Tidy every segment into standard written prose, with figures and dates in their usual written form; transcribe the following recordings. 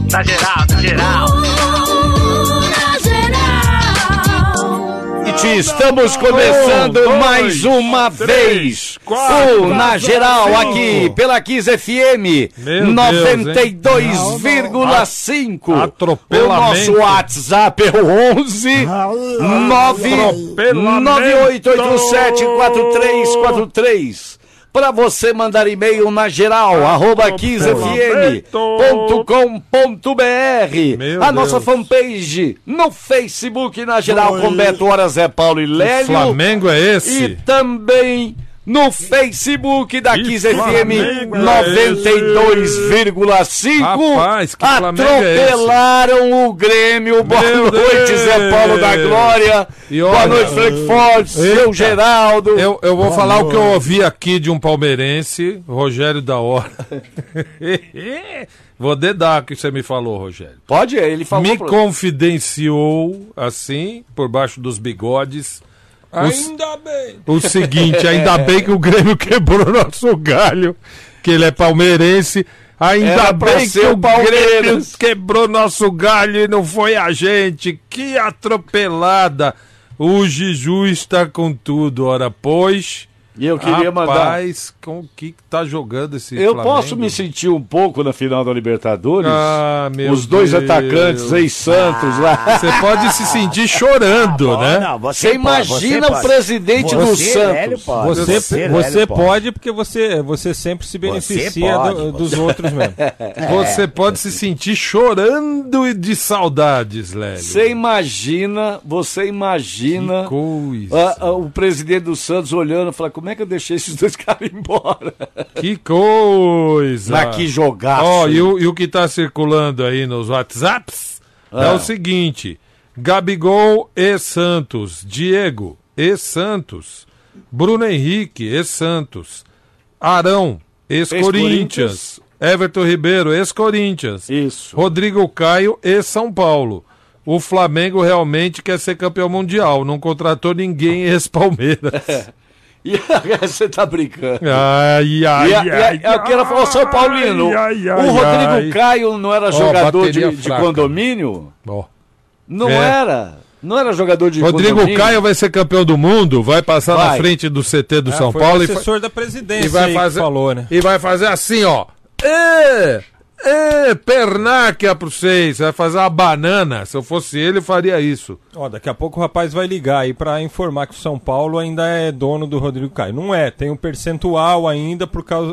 Na geral, na geral. Estamos começando mais uma vez o Na Geral aqui pela Kiss FM 92,5. O nosso WhatsApp é o 11 998874343. Para você mandar e-mail na geral, @kissfm.com.br. A nossa fanpage no Facebook na geral com Beto Hora, Zé Paulo e Lélio. Que Flamengo é esse? E também no Facebook da Kiss FM 92,5. Rapaz, que atropelaram o Grêmio. Boa noite, Zé Paulo da Glória. Boa noite, Frank Forte, seu Geraldo. Eu vou falar o que eu ouvi aqui de um palmeirense, Rogério da Hora. Vou dedar o que você me falou, Rogério. Pode, ele falou. Me confidenciou, assim, por baixo dos bigodes. Ainda bem. O seguinte, ainda bem que o Grêmio quebrou nosso galho, que ele é palmeirense. Ainda bem que o Grêmio quebrou nosso galho e não foi a gente. Que atropelada. O Jiju está com tudo, ora pois. E eu queria mandar. Rapaz, com o que tá jogando esse Eu Flamengo? posso me sentir um pouco na final da Libertadores? Meu Os dois Deus. atacantes ex-Santos lá. Você pode se sentir chorando, né? Não, Você imagina o presidente do Santos. Você pode, porque você sempre se beneficia dos outros mesmo. Você pode se sentir chorando de saudades, Lélio. Você imagina Que coisa. o presidente do Santos olhando e falando, como é que eu deixei esses dois caras embora? Que coisa. Mas que jogaço. Ó, e o que tá circulando aí nos WhatsApps é o seguinte: Gabigol e Santos, Diego e Santos, Bruno Henrique e Santos, Arão, ex-Corinthians, Everton Ribeiro, ex-Corinthians, Isso. Rodrigo Caio e São Paulo. O Flamengo realmente quer ser campeão mundial, não contratou ninguém ex-Palmeiras. E você tá brincando. Eu quero falar, São Paulino, o Rodrigo Caio não era jogador de condomínio? Não era. Não era jogador de Rodrigo condomínio? Caio vai ser campeão do mundo, vai passar na frente do CT do São Paulo. Foi o assessor da presidência e vai fazer, que falou, né? E vai fazer assim, ó. Pernáquia pro vocês. Vai fazer uma banana. Se eu fosse ele, eu faria isso. Ó, daqui a pouco o rapaz vai ligar aí pra informar que o São Paulo ainda é dono do Rodrigo Caio. Não é, tem um percentual ainda por causa...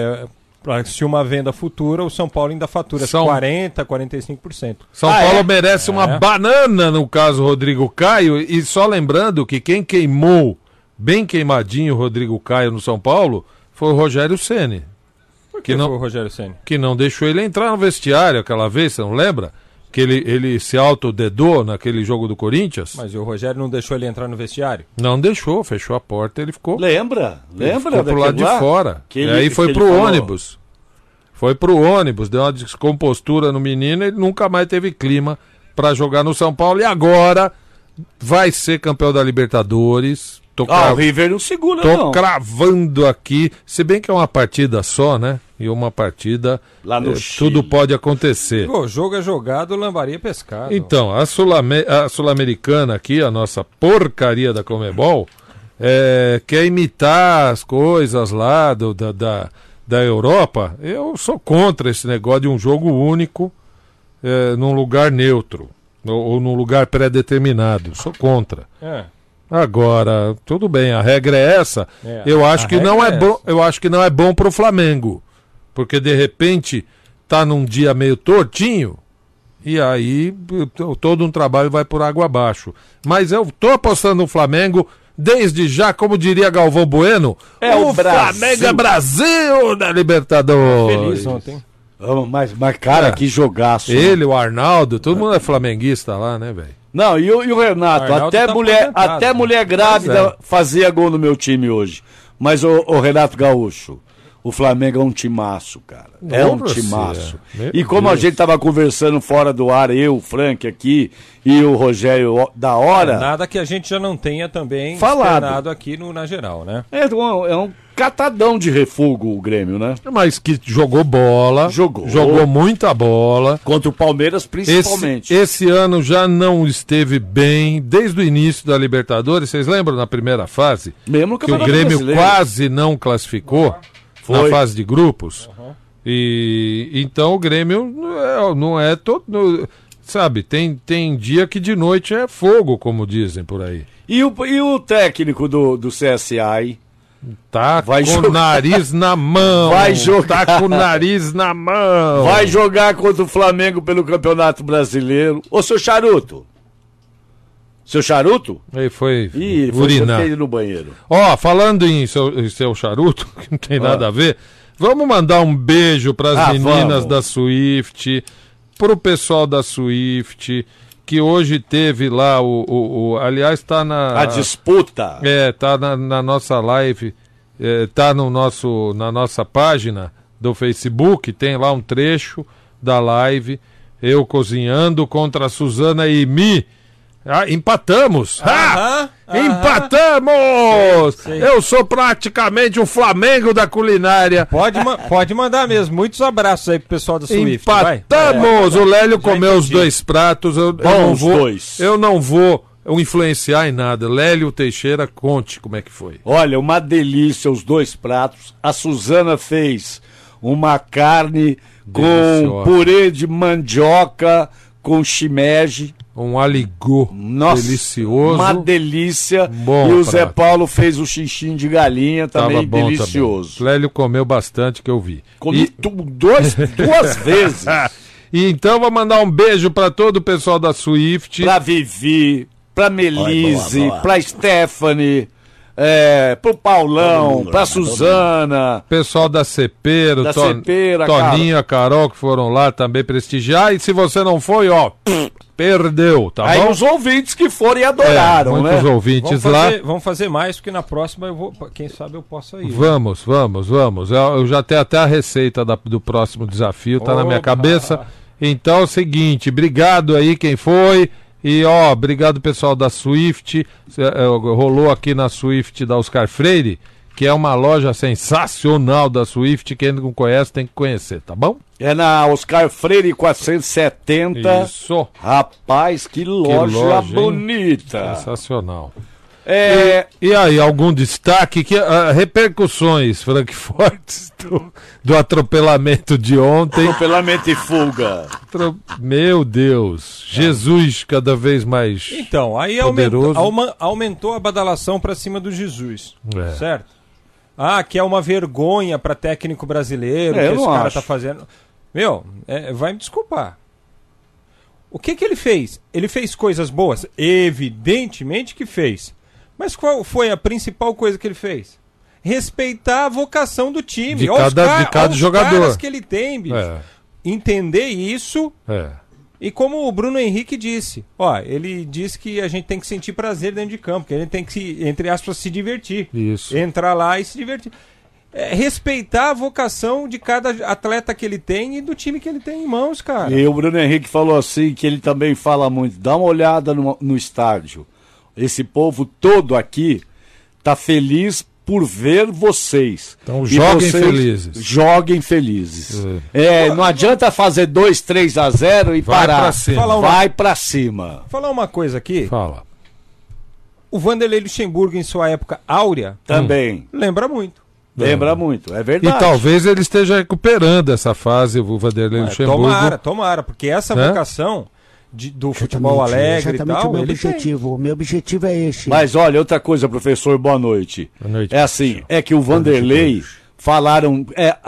se uma venda futura, o São Paulo ainda fatura 40%, 45%. São Paulo merece uma banana, no caso Rodrigo Caio. E só lembrando que quem queimou, bem queimadinho, o Rodrigo Caio no São Paulo, foi o Rogério Ceni. Que não foi o Rogério Ceni? Que não deixou ele entrar no vestiário aquela vez, você não lembra? Que ele se autodedou naquele jogo do Corinthians. Mas o Rogério não deixou ele entrar no vestiário? Não deixou, fechou a porta, ele ficou... Lembra Ficou pro lado de fora. E aí foi pro ônibus. Foi pro ônibus, deu uma descompostura no menino, ele nunca mais teve clima pra jogar no São Paulo. E agora vai ser campeão da Libertadores. O River não segura, não. Tô cravando aqui, se bem que é uma partida só, né? E uma partida, lá no tudo pode acontecer. O jogo é jogado, lambaria é pescado. Então, a Sul-Americana aqui, a nossa porcaria da Conmebol, quer imitar as coisas lá da Europa. Eu sou contra esse negócio de um jogo único num lugar neutro, ou num lugar pré-determinado. Sou contra. Agora, tudo bem, a regra é essa. Eu acho que não é bom. Eu acho que não é bom pro Flamengo, porque de repente tá num dia meio tortinho e aí todo um trabalho vai por água abaixo. Mas eu tô apostando no Flamengo desde já, como diria Galvão Bueno, o Flamengo é Brasil na Libertadores. Feliz ontem. Mas cara, que jogaço. Ele, o Arnaldo, todo mundo é flamenguista lá, né, velho? Não, e o Renato, até mulher grávida fazia gol no meu time hoje. Mas o Renato Gaúcho, o Flamengo é um timaço, cara. É um timaço. E como a gente tava conversando fora do ar, eu, o Frank aqui e o Rogério da Hora... Nada que a gente já não tenha também falado aqui na geral, né? catadão de refugo o Grêmio, né? Mas que jogou bola. Jogou muita bola. Contra o Palmeiras, principalmente. Esse ano já não esteve bem, desde o início da Libertadores. Vocês lembram na primeira fase? Mesmo que o Grêmio quase não classificou na fase de grupos. E então o Grêmio não é todo... Sabe, tem dia que de noite é fogo, como dizem por aí. E o técnico do CSA, hein? Tá com o nariz na mão. Vai jogar. Tá com o nariz na mão. Vai jogar contra o Flamengo pelo Campeonato Brasileiro. Ô, seu Charuto. Seu Charuto? Ele foi urinar. Foi no banheiro. Ó, falando em seu Charuto, que não tem nada a ver, vamos mandar um beijo pras meninas da Swift, pro pessoal da Swift, que hoje teve lá aliás, tá na... A disputa. Tá na nossa live, tá na nossa página do Facebook, tem lá um trecho da live, eu cozinhando contra a Suzana e Mi. Empatamos! Empatamos! Sei. Eu sou praticamente o Flamengo da culinária. Pode mandar mesmo. Muitos abraços aí pro pessoal da Swift. Empatamos! O Lélio comeu os 2 pratos. Eu não vou influenciar em nada. Lélio Teixeira, conte como é que foi. Olha, uma delícia os 2 pratos. A Suzana fez uma carne com purê de mandioca com shimeji. Um aligô delicioso. Uma delícia. Bom, e o Zé Paulo fez o xixim de galinha, também delicioso. Lélio comeu bastante, que eu vi. Comi 2 vezes. E então vou mandar um beijo para todo o pessoal da Swift. Pra Vivi, pra Melise, boa. Pra Stephanie, pro Paulão, pra Suzana. Pessoal da Cepero, Toninho, a Carol, que foram lá também prestigiar. E se você não foi, perdeu, tá bom? Aí os ouvintes que foram e adoraram, muitos ouvintes vamos fazer mais, porque na próxima eu vou, quem sabe eu posso ir. Vamos. Eu já tenho até a receita do próximo desafio, tá na minha cabeça. Então é o seguinte, obrigado aí quem foi. E obrigado pessoal da Swift. Rolou aqui na Swift da Oscar Freire, que é uma loja sensacional da Swift. Quem não conhece tem que conhecer, tá bom? É na Oscar Freire 470. Isso. Rapaz, que loja bonita. Sensacional. E aí, algum destaque? Repercussões, Frankfurt, do atropelamento de ontem. Atropelamento e fuga. Meu Deus. Jesus cada vez mais então, aí poderoso. Aumentou a badalação para cima do Jesus. Certo? Que é uma vergonha para técnico brasileiro, que esse cara tá fazendo. Vai me desculpar. O que ele fez? Ele fez coisas boas? Evidentemente que fez. Mas qual foi a principal coisa que ele fez? Respeitar a vocação do time. De cada jogador. Os caras que ele tem, bicho. Entender isso. E como o Bruno Henrique disse, ele disse que a gente tem que sentir prazer dentro de campo, que a gente tem que, entre aspas, se divertir. Isso. Entrar lá e se divertir. Respeitar a vocação de cada atleta que ele tem e do time que ele tem em mãos, cara. E o Bruno Henrique falou assim, que ele também fala muito, dá uma olhada no estádio. Esse povo todo aqui tá feliz por ver vocês. Então joguem felizes. Joguem felizes. Não adianta fazer 2-3-0 e parar. Vai pra cima. Falar uma coisa aqui. Fala. O Vanderlei Luxemburgo, em sua época áurea, também lembra muito. Lembra muito, é verdade. E talvez ele esteja recuperando essa fase, o Vanderlei Luxemburgo. Tomara, porque essa vocação do futebol alegre e tal, o meu objetivo é esse. Mas olha, outra coisa, professor, boa noite. Boa noite. É assim, que o Vanderlei falaram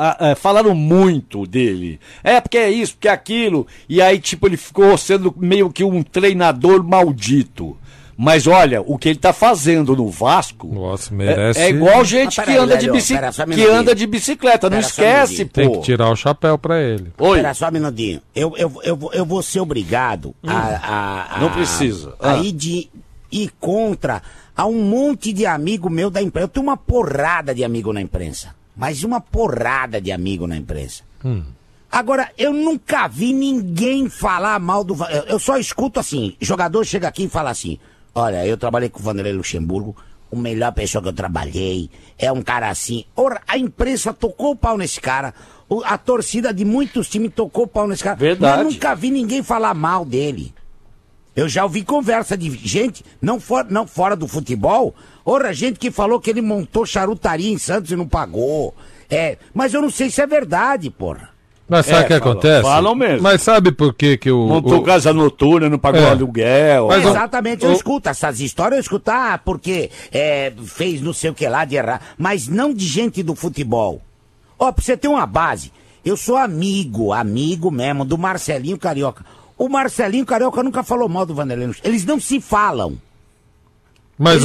muito dele. Porque é isso, porque é aquilo. E aí, ele ficou sendo meio que um treinador maldito. Mas olha, o que ele tá fazendo no Vasco. Nossa, merece. É igual gente que anda de bicicleta. Não esquece, pô. Tem que tirar o chapéu pra ele. Espera só um minutinho. Eu vou ser obrigado Não precisa. Aí de ir contra a um monte de amigo meu da imprensa. Eu tenho uma porrada de amigo na imprensa. Mas uma porrada de amigo na imprensa. Agora, eu nunca vi ninguém falar mal do... Eu só escuto assim, jogador chega aqui e fala assim, olha, eu trabalhei com o Vanderlei Luxemburgo, o melhor pessoa que eu trabalhei, é um cara assim. Ora, a imprensa tocou o pau nesse cara, a torcida de muitos times tocou o pau nesse cara. Verdade. Eu nunca vi ninguém falar mal dele. Eu já ouvi conversa de gente, não fora do futebol, ora, gente que falou que ele montou charutaria em Santos e não pagou. Mas eu não sei se é verdade, porra. Mas sabe o que acontece? Falam mesmo. Mas sabe por que que o... Montou casa noturna, não pagou aluguel. Mas exatamente, eu escuto essas histórias, eu escuto, porque fez não sei o que lá de errar, mas não de gente do futebol. Pra você ter uma base, eu sou amigo mesmo do Marcelinho Carioca. O Marcelinho Carioca nunca falou mal do Vanderlei Luxemburgo. Eles não se falam. Mas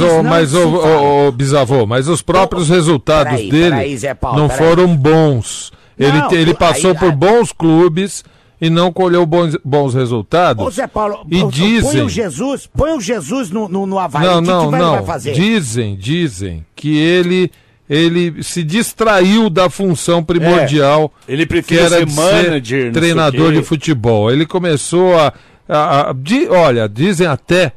bisavô, mas os próprios resultados dele Zé Paulo, não foram bons. Ele passou por bons clubes e não colheu bons resultados. Ô Zé Paulo, dizem... põe o Jesus no Avaí, o que vai fazer? Dizem que ele se distraiu da função primordial, ele que era de ser treinador de futebol. Ele começou dizem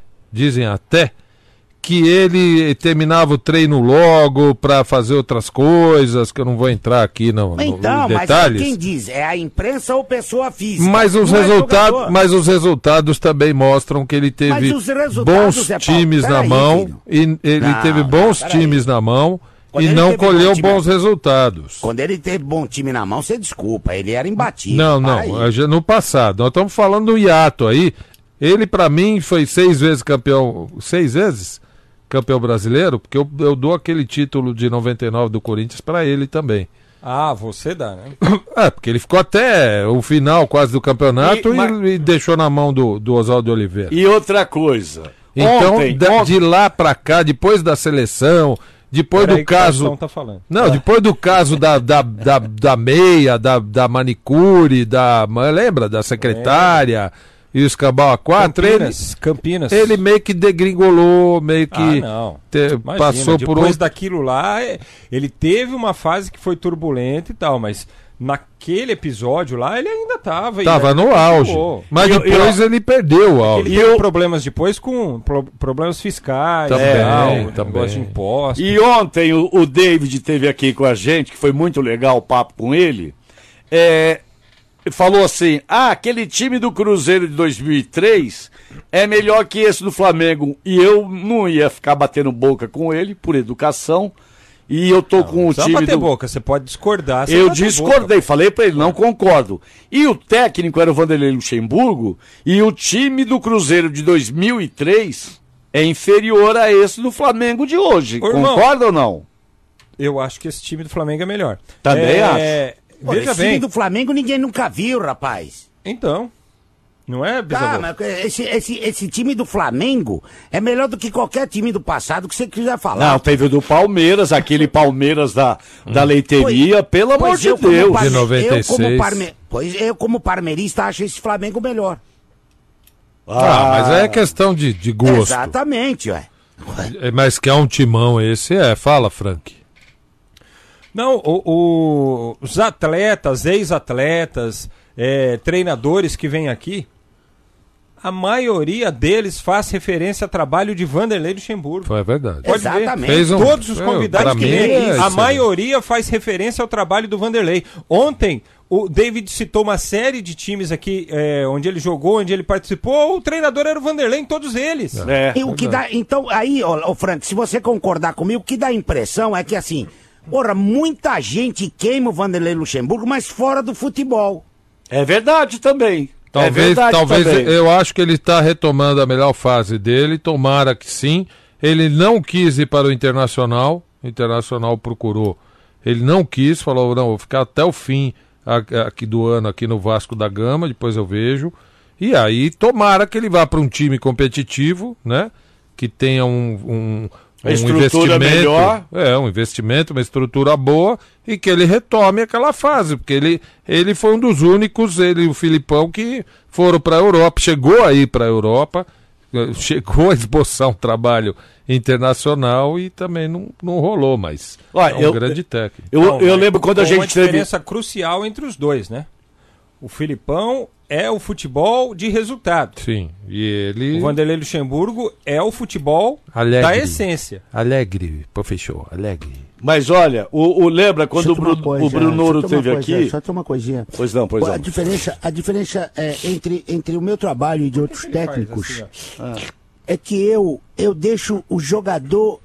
até que ele terminava o treino logo para fazer outras coisas, que eu não vou entrar aqui no detalhes. Mas quem diz? É a imprensa ou pessoa física? Mas os resultados também mostram que ele teve bons times na mão, e ele teve bons times na mão e não colheu bons resultados. Quando ele teve bom time na mão, você desculpa, ele era imbatível. Não, no passado. Nós estamos falando do hiato aí. Ele, para mim, foi 6 vezes campeão. 6 vezes? Campeão brasileiro, porque eu dou aquele título de 99 do Corinthians para ele também. Você dá, né? Porque ele ficou até o final quase do campeonato e deixou na mão do Oswaldo de Oliveira. E outra coisa. Então, de lá para cá, depois da seleção, depois do caso... Tá falando. Depois do caso da meia, da manicure, lembra? Da secretária... E o Escambau A4, Campinas. Ele meio que degringolou, meio que passou por depois daquilo lá, ele teve uma fase que foi turbulenta e tal, mas naquele episódio lá, ele ainda estava no auge. Mas depois ele perdeu o auge. Ele teve problemas depois com problemas fiscais, também. De impostos. E ontem o David esteve aqui com a gente, que foi muito legal o papo com ele, falou assim, aquele time do Cruzeiro de 2003 é melhor que esse do Flamengo. E eu não ia ficar batendo boca com ele, por educação. E eu tô com o time bater boca, você pode discordar. Eu discordei, falei pra ele, não concordo. E o técnico era o Vanderlei Luxemburgo, e o time do Cruzeiro de 2003 é inferior a esse do Flamengo de hoje. Concorda ou não? Eu acho que esse time do Flamengo é melhor. Também acho. Veja bem. Time do Flamengo ninguém nunca viu, rapaz. Então, não é, Bisavô? Mas esse time do Flamengo é melhor do que qualquer time do passado que você quiser falar. Não, teve o do Palmeiras, aquele Palmeiras da Leiteria, pelo amor de Deus. De 96. Eu como parmeirista acho esse Flamengo melhor. Mas é questão de gosto. Exatamente, ué. Mas que é um timão esse, fala, Frank. Não, os atletas, ex-atletas, treinadores que vêm aqui, a maioria deles faz referência a trabalho de Vanderlei Luxemburgo. Foi verdade. Pode Exatamente. ver. Todos os convidados que vêm aqui, a maioria faz referência ao trabalho do Vanderlei. Ontem, o David citou uma série de times aqui, onde ele jogou, onde ele participou, o treinador era o Vanderlei em todos eles. E o que dá, então, aí, Frank, se você concordar comigo, o que dá a impressão é que, assim, muita gente queima o Vanderlei Luxemburgo, mas fora do futebol. É verdade também. Talvez eu acho que ele está retomando a melhor fase dele, tomara que sim. Ele não quis ir para o Internacional procurou. Ele não quis, falou, não, vou ficar até o fim aqui do ano aqui no Vasco da Gama, depois eu vejo. E aí, tomara que ele vá para um time competitivo, né? Que tenha um investimento melhor. Um investimento, uma estrutura boa e que ele retome aquela fase, porque ele foi um dos únicos, ele e o Filipão, que foram para a Europa, chegou aí para a Europa, chegou a esboçar um trabalho internacional e também não rolou, mas um grande técnico. Eu lembro quando a gente teve uma diferença crucial entre os dois, né? O Filipão é o futebol de resultado. Sim, e ele... O Vanderlei Luxemburgo é o futebol da essência. Alegre, professor, alegre. Mas olha, lembra quando o Bruno Noro esteve aqui... Só tem uma coisinha. Pois não. A diferença entre o meu trabalho e de outros técnicos é que eu deixo o jogador...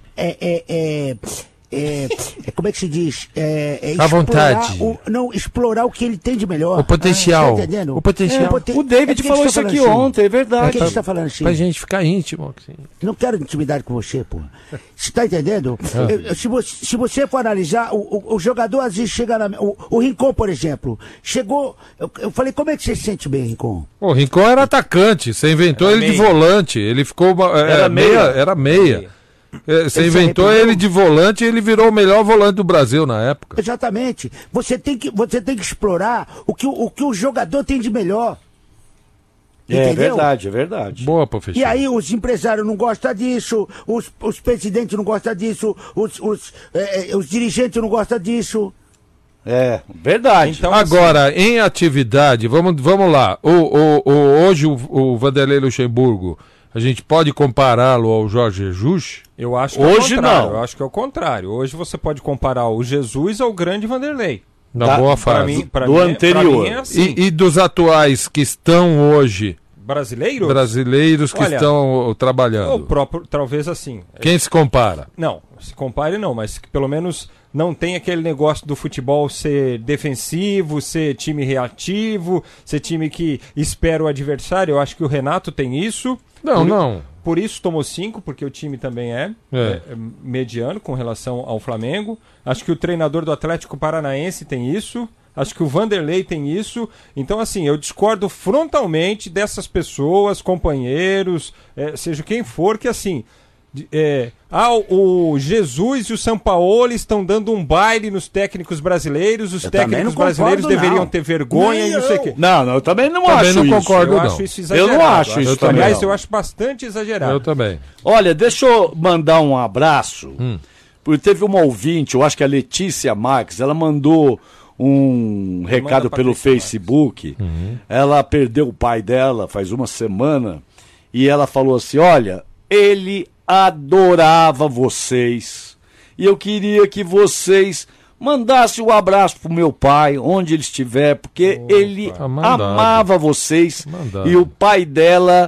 como é que se diz? À vontade. Explorar o que ele tem de melhor. O potencial. Tá entendendo? O potencial. O David falou isso aqui ontem, é verdade. Por que a gente tá falando assim? Pra gente ficar íntimo. Assim. Não quero intimidade com você, pô. Você tá entendendo? Se você for analisar, o jogador às vezes chega o Rincon, por exemplo, chegou... Eu falei, como é que você se sente bem, Rincon? O Rincon era atacante, você inventou ele de volante. Ele ficou... Era meia. Você inventou ele de volante e ele virou o melhor volante do Brasil na época. Exatamente. Você tem que explorar o que o jogador tem de melhor. Entendeu? É verdade. Boa, professor. E aí os empresários não gostam disso, os presidentes não gostam disso, os dirigentes não gostam disso. É, verdade. Então, agora, assim, em atividade, vamos lá. Hoje o Vanderlei Luxemburgo, a gente pode compará-lo ao Jorge Jesus? Eu acho que hoje não. Eu acho que é o contrário. Hoje você pode comparar o Jesus ao grande Vanderlei. Na boa fase. Do anterior. É assim. E dos atuais que estão hoje? Brasileiros que estão trabalhando. O próprio, talvez assim. Quem se compara? Não, se compare não, mas que pelo menos não tem aquele negócio do futebol ser defensivo, ser time reativo, ser time que espera o adversário. Eu acho que o Renato tem isso. Não. Por isso tomou 5, porque o time também é mediano com relação ao Flamengo. Acho que o treinador do Atlético Paranaense tem isso. Acho que o Vanderlei tem isso. Então, assim, eu discordo frontalmente dessas pessoas, companheiros, seja quem for, que assim... o Jesus e o Sampaoli estão dando um baile nos técnicos brasileiros. Os técnicos brasileiros deveriam ter vergonha e não sei o quê. Não, eu também não acho isso. Concordo, eu acho isso exagerado. Eu não acho isso também. Aliás, eu acho bastante exagerado. Eu também. Olha, deixa eu mandar um abraço. Porque teve uma ouvinte, eu acho que a Letícia Marques, ela mandou um recado pelo Facebook. Ela perdeu o pai dela faz uma semana e ela falou assim, olha, ele adorava vocês e eu queria que vocês mandassem um abraço pro meu pai, onde ele estiver, porque ele amava vocês. E o pai dela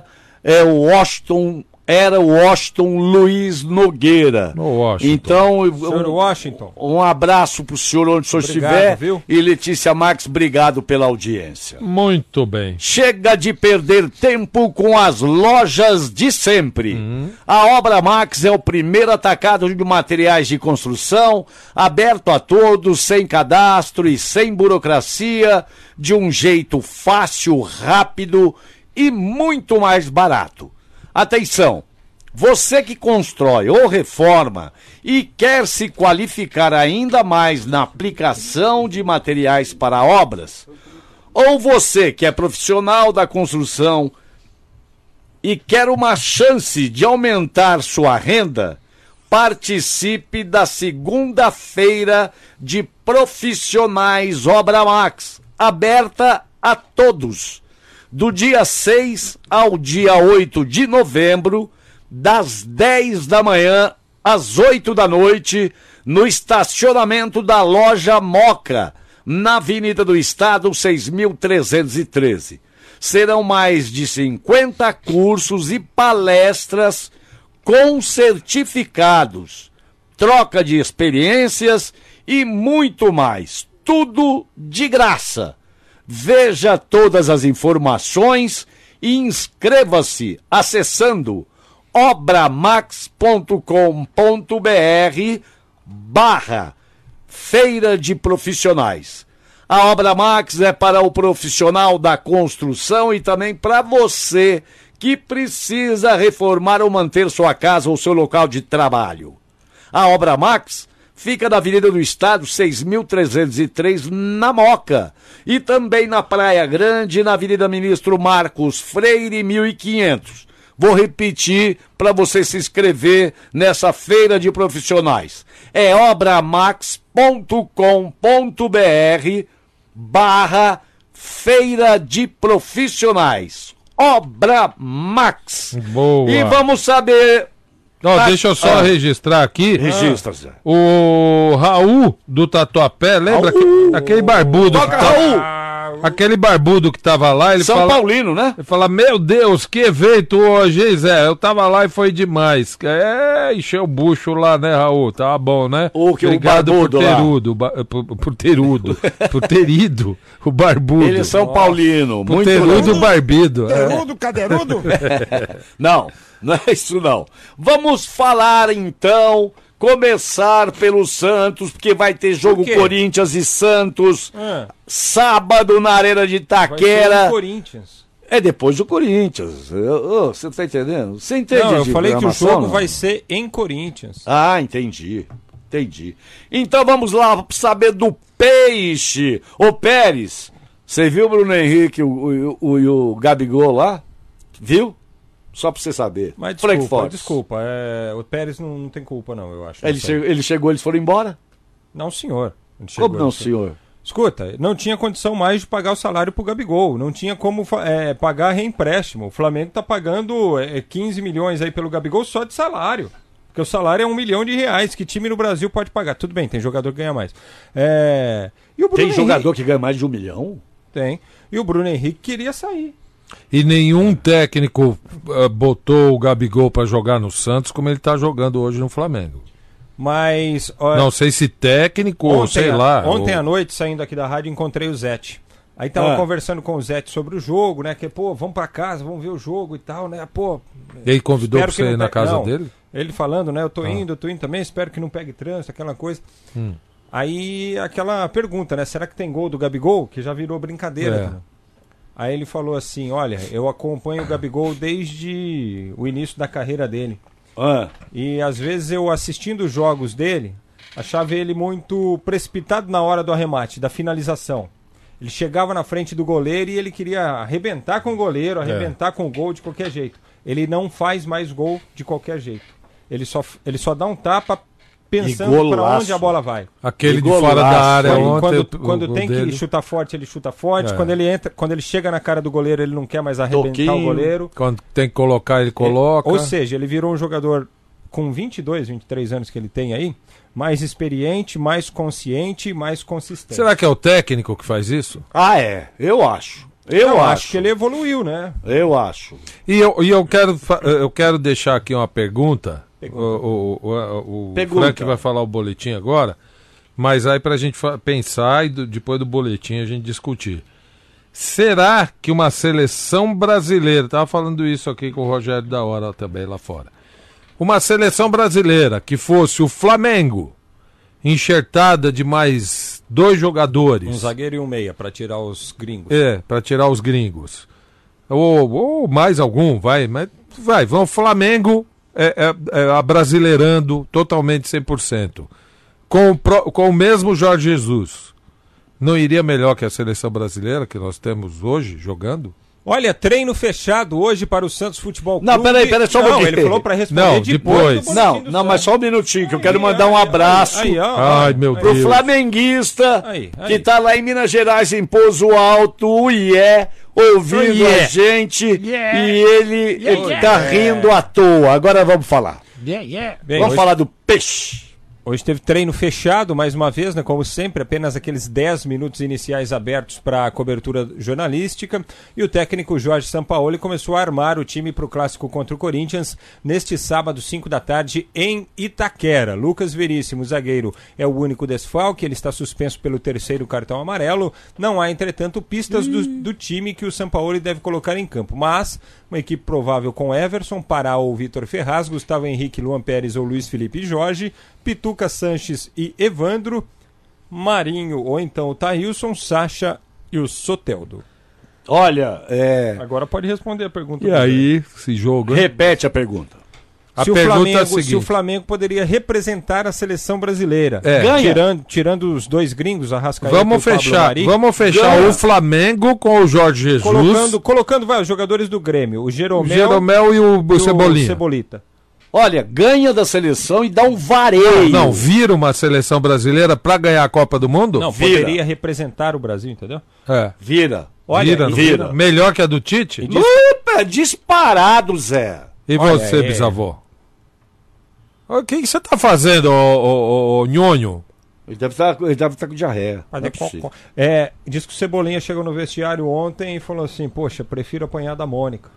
era o Washington Luiz Nogueira. Então, senhor Washington, um abraço pro senhor onde o senhor estiver. Viu? E Letícia Marques, obrigado pela audiência. Muito bem. Chega de perder tempo com as lojas de sempre. A Obra Max é o primeiro atacado de materiais de construção, aberto a todos, sem cadastro e sem burocracia, de um jeito fácil, rápido e muito mais barato. Atenção, você que constrói ou reforma e quer se qualificar ainda mais na aplicação de materiais para obras, ou você que é profissional da construção e quer uma chance de aumentar sua renda, participe da segunda-feira de Profissionais Obra Max, aberta a todos. Do dia 6 ao dia 8 de novembro, das 10 da manhã às 8 da noite, no estacionamento da loja Moca, na Avenida do Estado, 6.313. Serão mais de 50 cursos e palestras com certificados, troca de experiências e muito mais. Tudo de graça. Veja todas as informações e inscreva-se acessando obramax.com.br/Feira de Profissionais. A Obra Max é para o profissional da construção e também para você que precisa reformar ou manter sua casa ou seu local de trabalho. A Obra Max fica na Avenida do Estado, 6.303, na Moca. E também na Praia Grande, na Avenida Ministro Marcos Freire, 1.500. Vou repetir para você se inscrever nessa feira de profissionais. É obramax.com.br/Feira Feira de Profissionais. Obra Max. Boa. E vamos saber... Deixa eu só registrar aqui. Registra, Zé. O Raul do Tatuapé, lembra? Aquele barbudo. Aquele barbudo que tava lá, ele São Paulino, né? Ele fala, meu Deus, que evento hoje, hein, Zé? Eu tava lá e foi demais. Encheu o bucho lá, né, Raul? Tava bom, né? Obrigado por ter ido. O barbudo. Ele é São Paulino. Por ter ido o barbido. Terudo, cadeirudo? Não é isso não. Vamos falar então... Começar pelo Santos, porque vai ter jogo Corinthians e Santos, sábado na Arena de Itaquera. Vai ser Corinthians. É depois do Corinthians. Você tá entendendo? Você entende? Não, eu falei que o jogo vai ser em Corinthians. Ah, entendi. Então vamos lá saber do Peixe. Ô Pérez, você viu o Bruno Henrique e o Gabigol lá? Viu? Só pra você saber. Mas desculpa, o Pérez não tem culpa não, eu acho. Ele chegou, eles foram embora? Não, senhor. Como não, senhor? Escuta, não tinha condição mais de pagar o salário pro Gabigol, não tinha como pagar reempréstimo. O Flamengo tá pagando 15 milhões aí pelo Gabigol só de salário. Porque o salário é R$1 milhão, que time no Brasil pode pagar. Tudo bem, tem jogador que ganha mais. E o Bruno jogador que ganha mais de R$1 milhão? Tem. E o Bruno Henrique queria sair. E nenhum técnico botou o Gabigol para jogar no Santos como ele tá jogando hoje no Flamengo. Mas... não sei se técnico ou sei lá. Ontem à noite, saindo aqui da rádio, encontrei o Zete. Aí tava conversando com o Zete sobre o jogo, né? Que, vamos pra casa, vamos ver o jogo e tal, né? E aí convidou pra você ir na casa dele? Ele falando, né? Eu tô indo também, espero que não pegue trânsito, aquela coisa. Aí aquela pergunta, né? Será que tem gol do Gabigol? Que já virou brincadeira, né? Aí ele falou assim, olha, eu acompanho o Gabigol desde o início da carreira dele. E às vezes eu assistindo os jogos dele, achava ele muito precipitado na hora do arremate, da finalização. Ele chegava na frente do goleiro e ele queria arrebentar com o goleiro, arrebentar com o gol de qualquer jeito. Ele não faz mais gol de qualquer jeito. Ele só dá um tapa pensando para onde a bola vai. Aquele de fora da área ontem. Quando tem que chutar forte, ele chuta forte. Quando ele chega na cara do goleiro, ele não quer mais arrebentar o goleiro. Quando tem que colocar, ele coloca. Ou seja, ele virou um jogador com 22, 23 anos que ele tem aí, mais experiente, mais consciente, mais consistente. Será que é o técnico que faz isso? Eu acho. Eu acho que ele evoluiu, né? Eu acho. E eu quero deixar aqui uma pergunta. O Frank vai falar o boletim agora, mas aí pra gente pensar e depois do boletim a gente discutir. Será que uma seleção brasileira, tava falando isso aqui com o Rogério da Hora também lá fora, uma seleção brasileira que fosse o Flamengo, enxertada de mais 2 jogadores, um zagueiro e um meia pra tirar os gringos. Pra tirar os gringos, ou mais algum, vão Flamengo abrasileirando totalmente 100%. Com o mesmo Jorge Jesus. Não iria melhor que a seleção brasileira que nós temos hoje jogando? Olha, treino fechado hoje para o Santos Futebol Clube. Não, peraí, só um pouquinho. Ele falou para responder depois. Não, mas só um minutinho, que eu quero mandar um abraço pro flamenguista que tá lá em Minas Gerais, em Pouso Alto, ouvindo a gente, e ele tá rindo à toa. Agora vamos falar. Vamos falar do Peixe. Hoje teve treino fechado, mais uma vez, né? Como sempre, apenas aqueles 10 minutos iniciais abertos para a cobertura jornalística. E o técnico Jorge Sampaoli começou a armar o time para o clássico contra o Corinthians neste sábado, 5 da tarde, em Itaquera. Lucas Veríssimo, zagueiro, é o único desfalque. Ele está suspenso pelo 3º cartão amarelo. Não há, entretanto, pistas do time que o Sampaoli deve colocar em campo. Mas uma equipe provável com Everson, Pará ou Vitor Ferraz, Gustavo Henrique, Luan Pérez ou Luiz Felipe Jorge, Pituca Sanches e Evandro, Marinho ou então o Thailson, Sacha e o Soteldo. Olha, agora pode responder a pergunta. E aí, esse jogo... Repete a pergunta. Se o Flamengo poderia representar a seleção brasileira, tirando os 2 gringos, Arrascaeta vamos fechar o Flamengo com o Jorge Jesus. Colocando os jogadores do Grêmio, o Jeromel e o Cebolita. Olha, ganha da seleção e dá um vareio. Não, vira uma seleção brasileira pra ganhar a Copa do Mundo? Não, vira. Poderia representar o Brasil, entendeu? Vira. Olha, vira. Melhor que a do Tite? Disparado, Zé. E você, bisavô? O que você tá fazendo, ô nhonho? Ele deve estar com diarreia. Diz que o Cebolinha chegou no vestiário ontem e falou assim, poxa, prefiro apanhar da Mônica.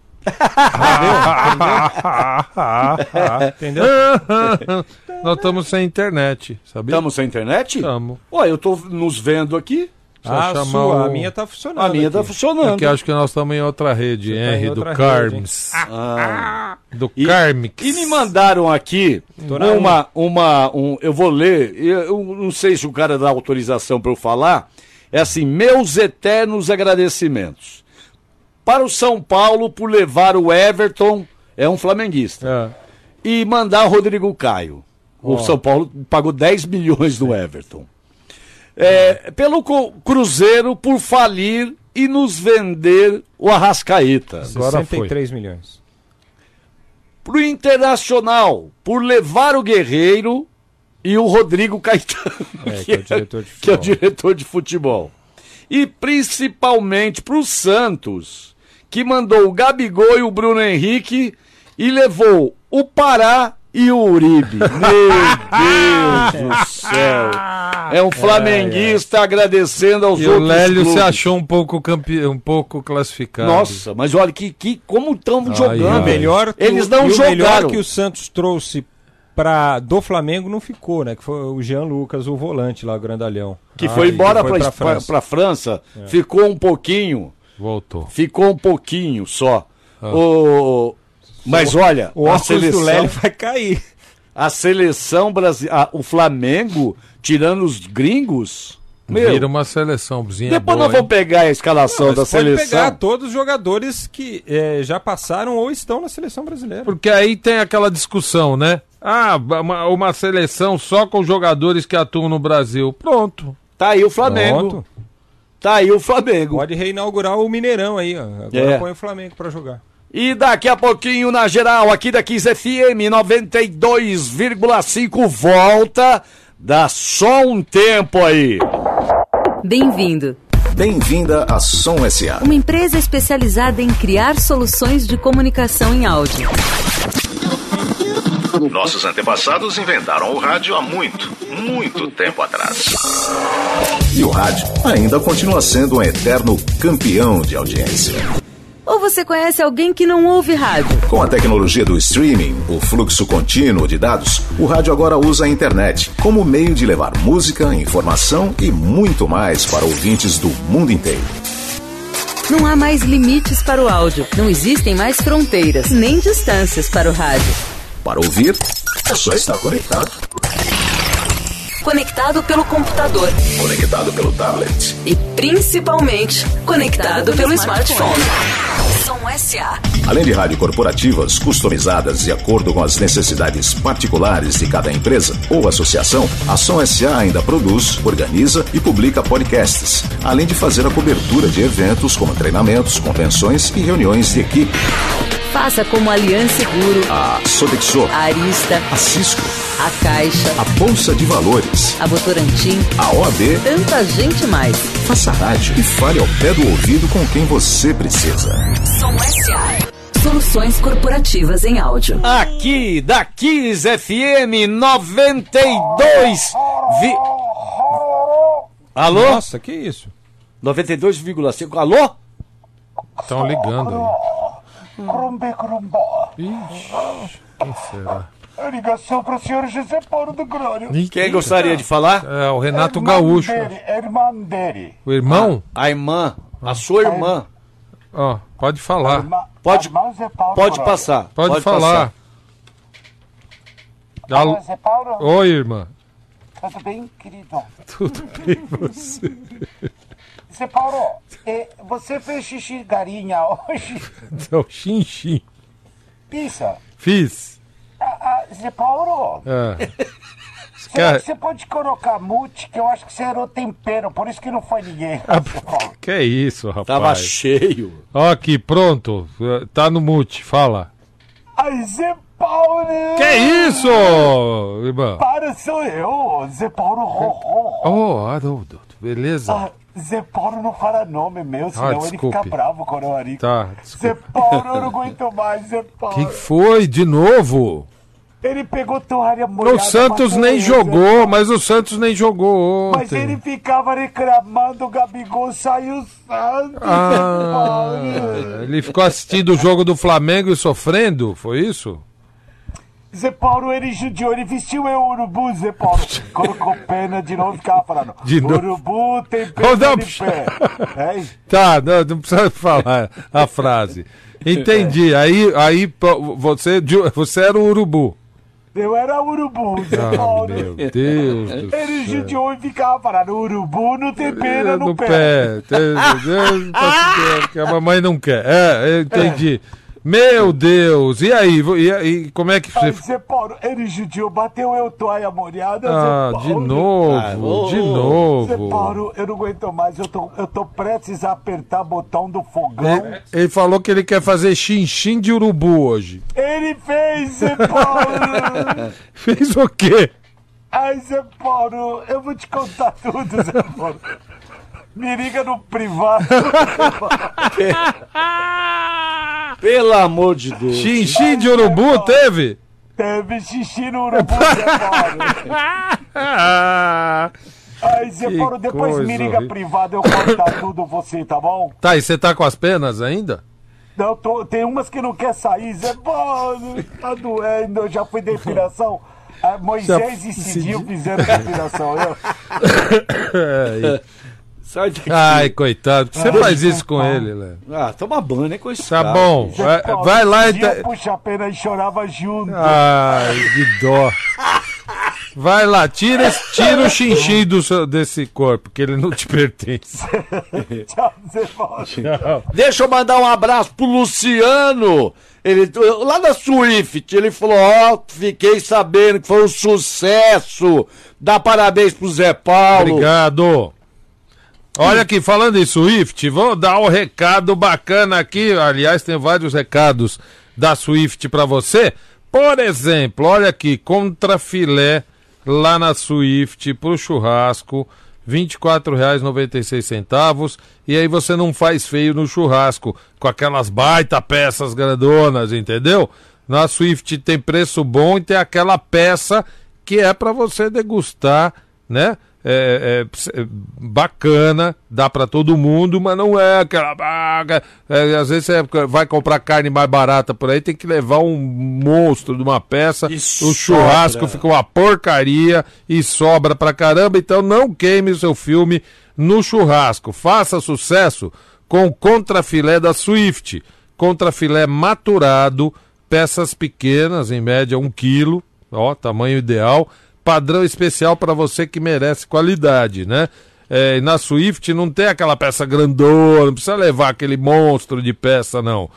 Entendeu? Nós estamos sem internet, sabia? Estamos sem internet? Estamos. Olha, eu tô nos vendo aqui. A minha tá funcionando. A minha tá funcionando. Porque acho que nós estamos em outra rede, Henry, do Carmes. Do Carmix. E me mandaram aqui eu vou ler, eu não sei se o cara dá autorização para eu falar, é assim, meus eternos agradecimentos. Para o São Paulo por levar o Everton, é um flamenguista, e mandar o Rodrigo Caio. O São Paulo pagou 10 milhões do Everton. Pelo Cruzeiro por falir e nos vender o Arrascaeta. 63 milhões. Pro Internacional por levar o Guerreiro e o Rodrigo Caetano, que é o diretor de futebol. E principalmente pro Santos, que mandou o Gabigol e o Bruno Henrique e levou o Pará e o Uribe. Meu Deus do céu. É um flamenguista agradecendo aos outros clubes. E o Lélio clubes. se achou um pouco classificado. Nossa, mas olha como estão jogando. Eles não jogaram. O melhor que o Santos trouxe do Flamengo não ficou, né? Que foi o Jean Lucas, o volante lá, o grandalhão. Que foi embora pra França. Ficou um pouquinho. Voltou. Ficou um pouquinho só. Mas olha, o óculos do Lélio vai cair. A seleção brasileira, o Flamengo, tirando os gringos, vira uma seleçãozinha. Depois nós vamos pegar a escalação da seleção. Pode pegar todos os jogadores que já passaram ou estão na seleção brasileira. Porque aí tem aquela discussão, né? Uma seleção só com jogadores que atuam no Brasil. Pronto. Tá aí o Flamengo. Tá aí o Flamengo. Pode reinaugurar o Mineirão aí, ó. Agora põe o Flamengo pra jogar. E daqui a pouquinho, na geral, aqui da Kiss FM 92,5, volta. Dá só um tempo aí. Bem-vindo. Bem-vinda à Som S.A. Uma empresa especializada em criar soluções de comunicação em áudio. Nossos antepassados inventaram o rádio há muito tempo atrás. E o rádio ainda continua sendo um eterno campeão de audiência. Ou você conhece alguém que não ouve rádio? Com a tecnologia do streaming, o fluxo contínuo de dados, o rádio agora usa a internet como meio de levar música, informação e muito mais para ouvintes do mundo inteiro. Não há mais limites para o áudio, não existem mais fronteiras, nem distâncias para o rádio. Para ouvir, é só estar conectado. Conectado pelo computador. Conectado pelo tablet. E principalmente conectado pelo smartphone. Som S.A. Além de rádio corporativas customizadas de acordo com as necessidades particulares de cada empresa ou associação, a Som S.A. ainda produz, organiza e publica podcasts, além de fazer a cobertura de eventos como treinamentos, convenções e reuniões de equipe. Faça como a Aliança Seguro, a Sodexo, a Arista, a Cisco, a Caixa, a Bolsa de Valores, a Votorantim, a OAB, tanta gente mais. Faça rádio e fale ao pé do ouvido com quem você precisa. Som S.A. Soluções corporativas em áudio. Aqui da Kiss FM 92. Alô? Nossa, que isso? 92,5. Alô? Estão ligando aí. Ixi, quem será? A ligação para o senhor José Paulo do Glório. Quem gostaria de falar? É o Renato Gaúcho. Irmã dele. O irmão? A irmã. A sua irmã. Ó, pode falar. Pode passar. Pode falar. Zé Paulo? Oi, irmã. Tudo bem, querido? Tudo bem, você? Zé Paulo, você fez xixi garinha hoje? Não, xinxim. Pisa. Fiz. Zé Paulo. Você pode colocar mute, que eu acho que você era o tempero, por isso que não foi ninguém. Que é isso, rapaz? Tava cheio. Ó aqui, pronto. Tá no mute, fala. Zé Paulo! Que isso, irmão? Para, sou eu, Zé Paulo. Haroldo, beleza? Zé Paulo não fala nome meu, senão ele fica bravo com o Arico. Tá, Zé Paulo, eu não aguento mais, Zé Paulo. Que foi, de novo? Ele pegou toalha molhada. O Santos nem jogou, mas o Santos nem jogou ontem. Mas ele ficava reclamando, o Gabigol saiu Santos, Zé Paulo. Ele ficou assistindo o jogo do Flamengo e sofrendo, foi isso? Zé Paulo, ele judiou, ele vestiu o urubu, Zé Paulo. Colocou pena de novo e ficava falando. De novo? Urubu tem pena de pé. Tá, não precisa falar a frase. Entendi. Aí você era o urubu. Eu era urubu, Zé Paulo. Meu Deus do céu. Ele judiou e ficava falando, urubu não tem pena no pé. Que a mamãe não quer. Eu entendi. Meu Deus, e aí, como é que você... Zé Paulo, ele judiou, bateu eu toalha molhada, Zé Paulo. De novo. Zé Paulo, eu não aguento mais, eu tô prestes a apertar o botão do fogão. Ele falou que ele quer fazer xinxim de urubu hoje. Ele fez, Zé Paulo. Fez o quê? Ai, Zé Paulo, eu vou te contar tudo, Zé Paulo. Me liga no privado. Pelo amor de Deus. Xinxim de urubu teve? Teve xixi no urubu, Zé Paulo. Ai, Zé Paulo, depois me liga privado, eu contar tudo você, tá bom? Tá, e você tá com as penas ainda? Não, tem umas que não quer sair, Zé Paulo. Tá doendo, eu já fui depilação. Moisés e Cidinho fizeram depilação. Sai daqui. Ai, coitado, você faz isso com ele, Léo? Toma banho, né, com esse Tá cara. bom, vai lá e... puxa a pena e chorava junto. Ai, que dó. Vai lá, tira o xinxim desse corpo, que ele não te pertence. Tchau, Zé Paulo. Tchau. Deixa eu mandar um abraço pro Luciano. Ele, lá da Swift, ele falou, fiquei sabendo que foi um sucesso. Dá parabéns pro Zé Paulo. Obrigado. Olha aqui, falando em Swift, vou dar um recado bacana aqui. Aliás, tem vários recados da Swift pra você. Por exemplo, olha aqui, contrafilé lá na Swift pro churrasco, R$ 24,96. E aí você não faz feio no churrasco, com aquelas baita peças grandonas, entendeu? Na Swift tem preço bom e tem aquela peça que é pra você degustar, né? Bacana, dá pra todo mundo, mas não é aquela às vezes você vai comprar carne mais barata por aí, tem que levar um monstro de uma peça, o churrasco fica uma porcaria e sobra pra caramba. Então não queime o seu filme no churrasco, faça sucesso com o contrafilé da Swift, contrafilé maturado, peças pequenas, em média 1 quilo, tamanho ideal, padrão especial para você que merece qualidade, né? Na Swift não tem aquela peça grandona, não precisa levar aquele monstro de peça, não.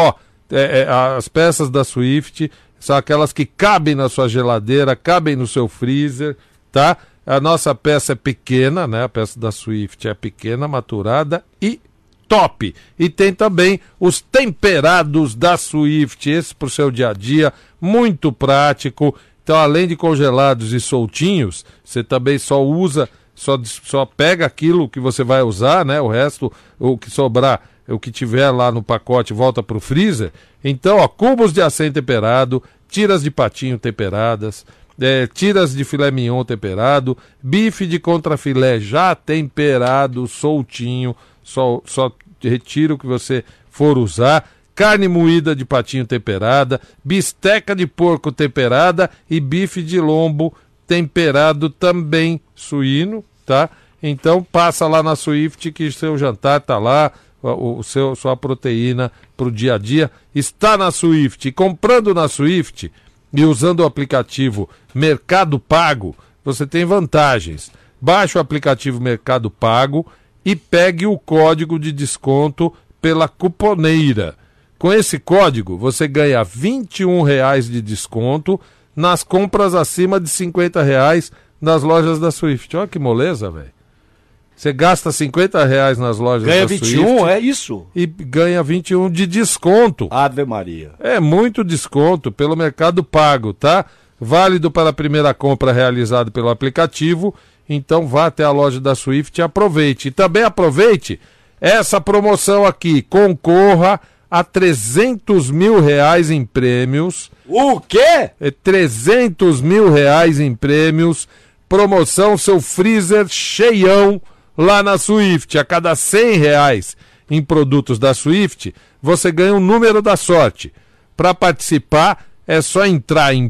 As peças da Swift são aquelas que cabem na sua geladeira, cabem no seu freezer, tá? A nossa peça é pequena, né? A peça da Swift é pequena, maturada e top. E tem também os temperados da Swift, esse pro seu dia a dia, muito prático. Então, além de congelados e soltinhos, você também só pega aquilo que você vai usar, né? O resto, o que sobrar, o que tiver lá no pacote, volta pro freezer. Então, cubos de acém temperado, tiras de patinho temperadas, tiras de filé mignon temperado, bife de contrafilé já temperado, soltinho, só retira o que você for usar. Carne moída de patinho temperada, bisteca de porco temperada e bife de lombo temperado também suíno, tá? Então passa lá na Swift que seu jantar tá lá, sua proteína pro dia a dia está na Swift. E comprando na Swift e usando o aplicativo Mercado Pago, você tem vantagens. Baixe o aplicativo Mercado Pago e pegue o código de desconto pela cuponeira. Com esse código, você ganha R$ 21,00 de desconto nas compras acima de R$ 50,00 nas lojas da Swift. Olha que moleza, velho. Você gasta R$50 nas lojas ganha da 21, Swift, é isso? E ganha 21 de desconto. Ave Maria. É muito desconto pelo Mercado Pago, tá? Válido para a primeira compra realizada pelo aplicativo. Então vá até a loja da Swift e aproveite. E também aproveite essa promoção aqui. Concorra a R$300 mil em prêmios. O quê? 300 mil reais em prêmios. Promoção, seu freezer cheião lá na Swift. A cada R$100 em produtos da Swift, você ganha um número da sorte. Para participar, é só entrar em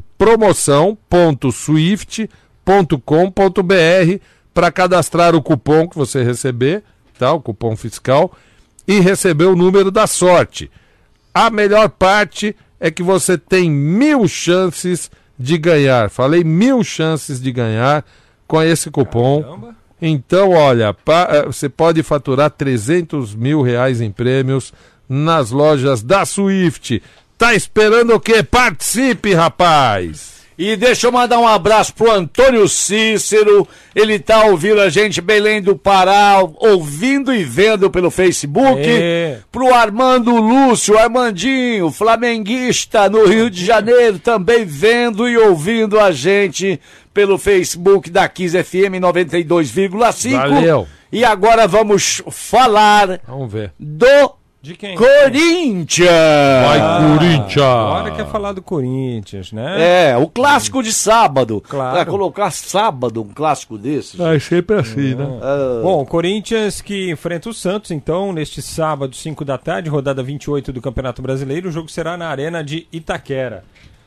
promoção.swift.com.br para cadastrar o cupom que você receber, tá? O cupom fiscal, e receber o número da sorte. A melhor parte é que você tem 1000 chances de ganhar. Falei 1000 chances de ganhar com esse cupom. Caramba. Então, olha, você pode faturar R$300 mil em prêmios nas lojas da Swift. Tá esperando o quê? Participe, rapaz! E deixa eu mandar um abraço pro Antônio Cícero, ele tá ouvindo a gente, Belém do Pará, ouvindo e vendo pelo Facebook. Pro Armando Lúcio, Armandinho, flamenguista no Rio de Janeiro, também vendo e ouvindo a gente pelo Facebook da Kiss FM 92,5. Valeu! E agora vamos falar do de quem? Corinthians! Vai, Corinthians! Agora quer falar do Corinthians, né? É, o clássico de sábado. Claro. Pra colocar sábado um clássico desses. É sempre assim, né? Bom, Corinthians que enfrenta o Santos, então, neste sábado, 5 da tarde, rodada 28 do Campeonato Brasileiro. O jogo será na Arena de Itaquera.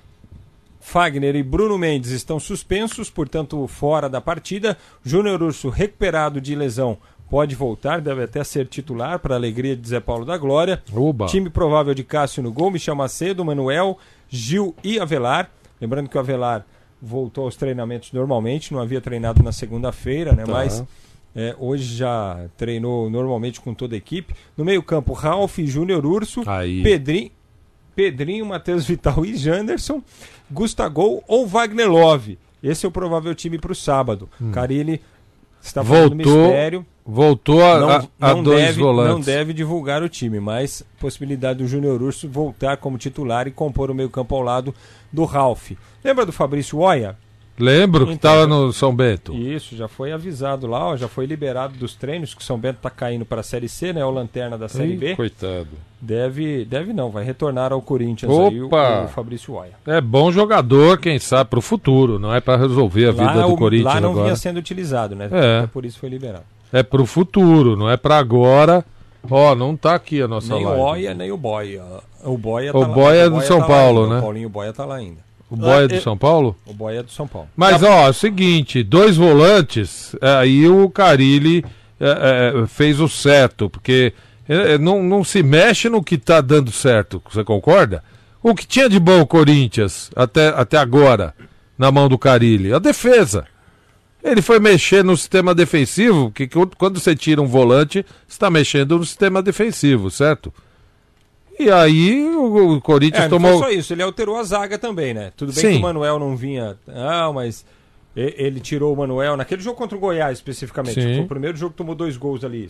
Fagner e Bruno Mendes estão suspensos, portanto, fora da partida. Júnior Urso, recuperado de lesão, pode voltar, deve até ser titular, para a alegria de Zé Paulo da Glória. Oba. Time provável de Cássio no gol, Michel Macedo, Manuel, Gil e Avelar. Lembrando que o Avelar voltou aos treinamentos normalmente, não havia treinado na segunda-feira, né? Mas hoje já treinou normalmente com toda a equipe. No meio-campo, Ralf, Júnior Urso, Pedrinho, Matheus Vital e Janderson, Gustagol ou Wagner Love. Esse é o provável time para o sábado. Carille está fazendo mistério. Voltou a dois volantes. Não deve divulgar o time, mas possibilidade do Júnior Urso voltar como titular e compor o meio-campo ao lado do Ralf. Lembra do Fabrício Oia? Lembro que estava no São Bento. Isso, já foi avisado lá, ó, já foi liberado dos treinos, que o São Bento está caindo para a Série C, né? O lanterna da Série B. Coitado. Deve não, vai retornar ao Corinthians aí o Fabrício Oia. É bom jogador, quem sabe, para o futuro, não é para resolver a vida do Corinthians lá não agora. Vinha sendo utilizado, né? Por isso foi liberado. É para o futuro, não é para agora. Ó, não tá aqui a nossa live. Nem o Oia, nem o Boia. O Boia, o Boia é do São Paulo, né? O Paulinho Boia tá lá ainda. O Boia é do São Paulo? O Boia é do São Paulo. Mas, ó, é o seguinte, 2 volantes, aí o Carille fez o certo, porque não se mexe no que tá dando certo, você concorda? O que tinha de bom o Corinthians até agora, na mão do Carille? A defesa. Ele foi mexer no sistema defensivo, porque quando você tira um volante, você está mexendo no sistema defensivo, certo? E aí o Corinthians tomou... Não foi só isso, ele alterou a zaga também, né? Tudo bem que o Manuel não vinha... mas ele tirou o Manuel naquele jogo contra o Goiás, especificamente. Foi o primeiro jogo que tomou 2 gols ali.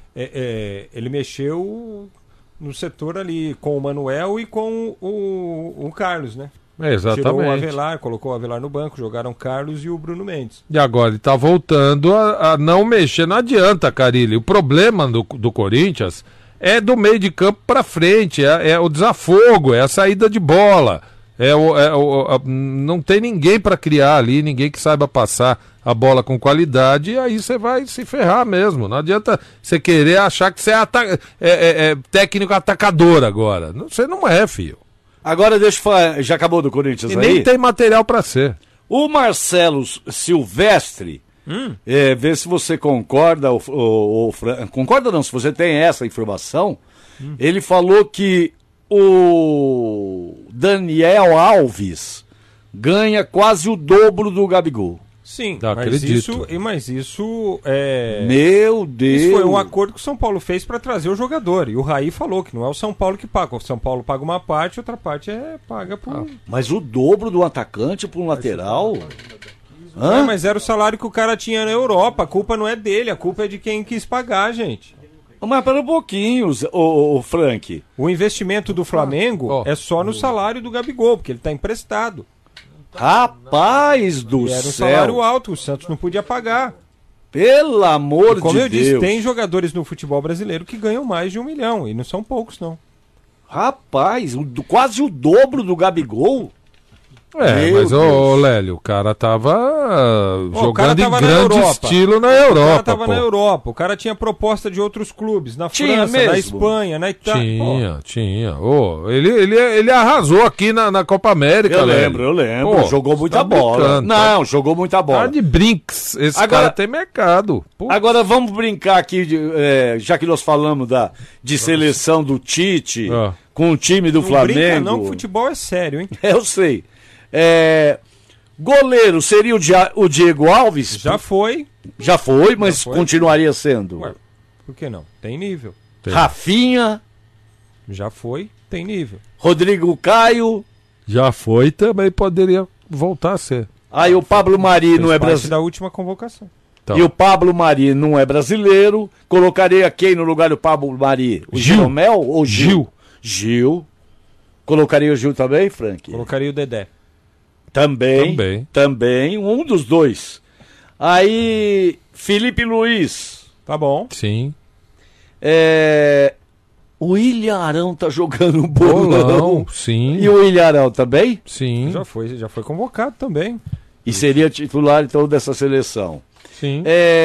Ele mexeu no setor ali com o Manuel e com o Carlos, né? Exatamente. Tirou o Avelar, colocou o Avelar no banco, jogaram Carlos e o Bruno Mendes. E agora ele está voltando a não mexer. Não adianta, Carille. O problema do Corinthians é do meio de campo para frente, é o desafogo, é a saída de bola. Não tem ninguém para criar ali, ninguém que saiba passar a bola com qualidade, e aí você vai se ferrar mesmo. Não adianta você querer achar que você é técnico atacador agora. Você não é, filho. Agora deixa eu falar, já acabou do Corinthians aí? Nem tem material para ser. O Marcelo Silvestre, vê se você concorda, concorda não, se você tem essa informação, ele falou que o Daniel Alves ganha quase o dobro do Gabigol. Sim, mas isso Meu Deus! Isso foi um acordo que o São Paulo fez para trazer o jogador. E o Raí falou que não é o São Paulo que paga. O São Paulo paga uma parte, outra parte paga por... Mas o dobro do atacante para um lateral? Mas era o salário que o cara tinha na Europa. A culpa não é dele, a culpa é de quem quis pagar, gente. Mas pera um pouquinho, o Frank. O investimento do Flamengo é só no salário do Gabigol, porque ele tá emprestado. Rapaz do céu. Era um salário alto, o Santos não podia pagar. Pelo amor de Deus. Como eu disse, tem jogadores no futebol brasileiro que ganham mais de 1 milhão, e não são poucos, não. Rapaz, quase o dobro do Gabigol. Mas o Lélio, o cara tava jogando em grande estilo na Europa. O cara tava na Europa, o cara tinha proposta de outros clubes, na França, mesmo? Na Espanha, na Itália. Tinha. Ele arrasou aqui na Copa América, eu lembro. Jogou muita bola. Não, jogou muita bola. Cara de brinks, cara tem mercado. Putz. Agora vamos brincar aqui, já que nós falamos de seleção do Tite, com o time do Flamengo. Brinca não, futebol é sério, hein? Eu sei. Goleiro seria o Diego Alves? Já foi, mas continuaria sendo. Ué, por que não? Tem nível. Rafinha? Já foi, tem nível. Rodrigo Caio? Já foi, também poderia voltar a ser. Aí o Pablo Mari não é brasileiro. Da última convocação. Então. E o Pablo Mari não é brasileiro. Colocaria quem no lugar do Pablo Mari? O Jeromel ou Gil? Gil. Colocaria o Gil também, Frank? Colocaria o Dedé. Também, um dos dois. Aí, Felipe Luiz. Tá bom. Sim. O Ilharão tá jogando um bolão. Sim. E o Ilharão também? Sim. Já foi convocado também. E seria titular, então, dessa seleção. Sim.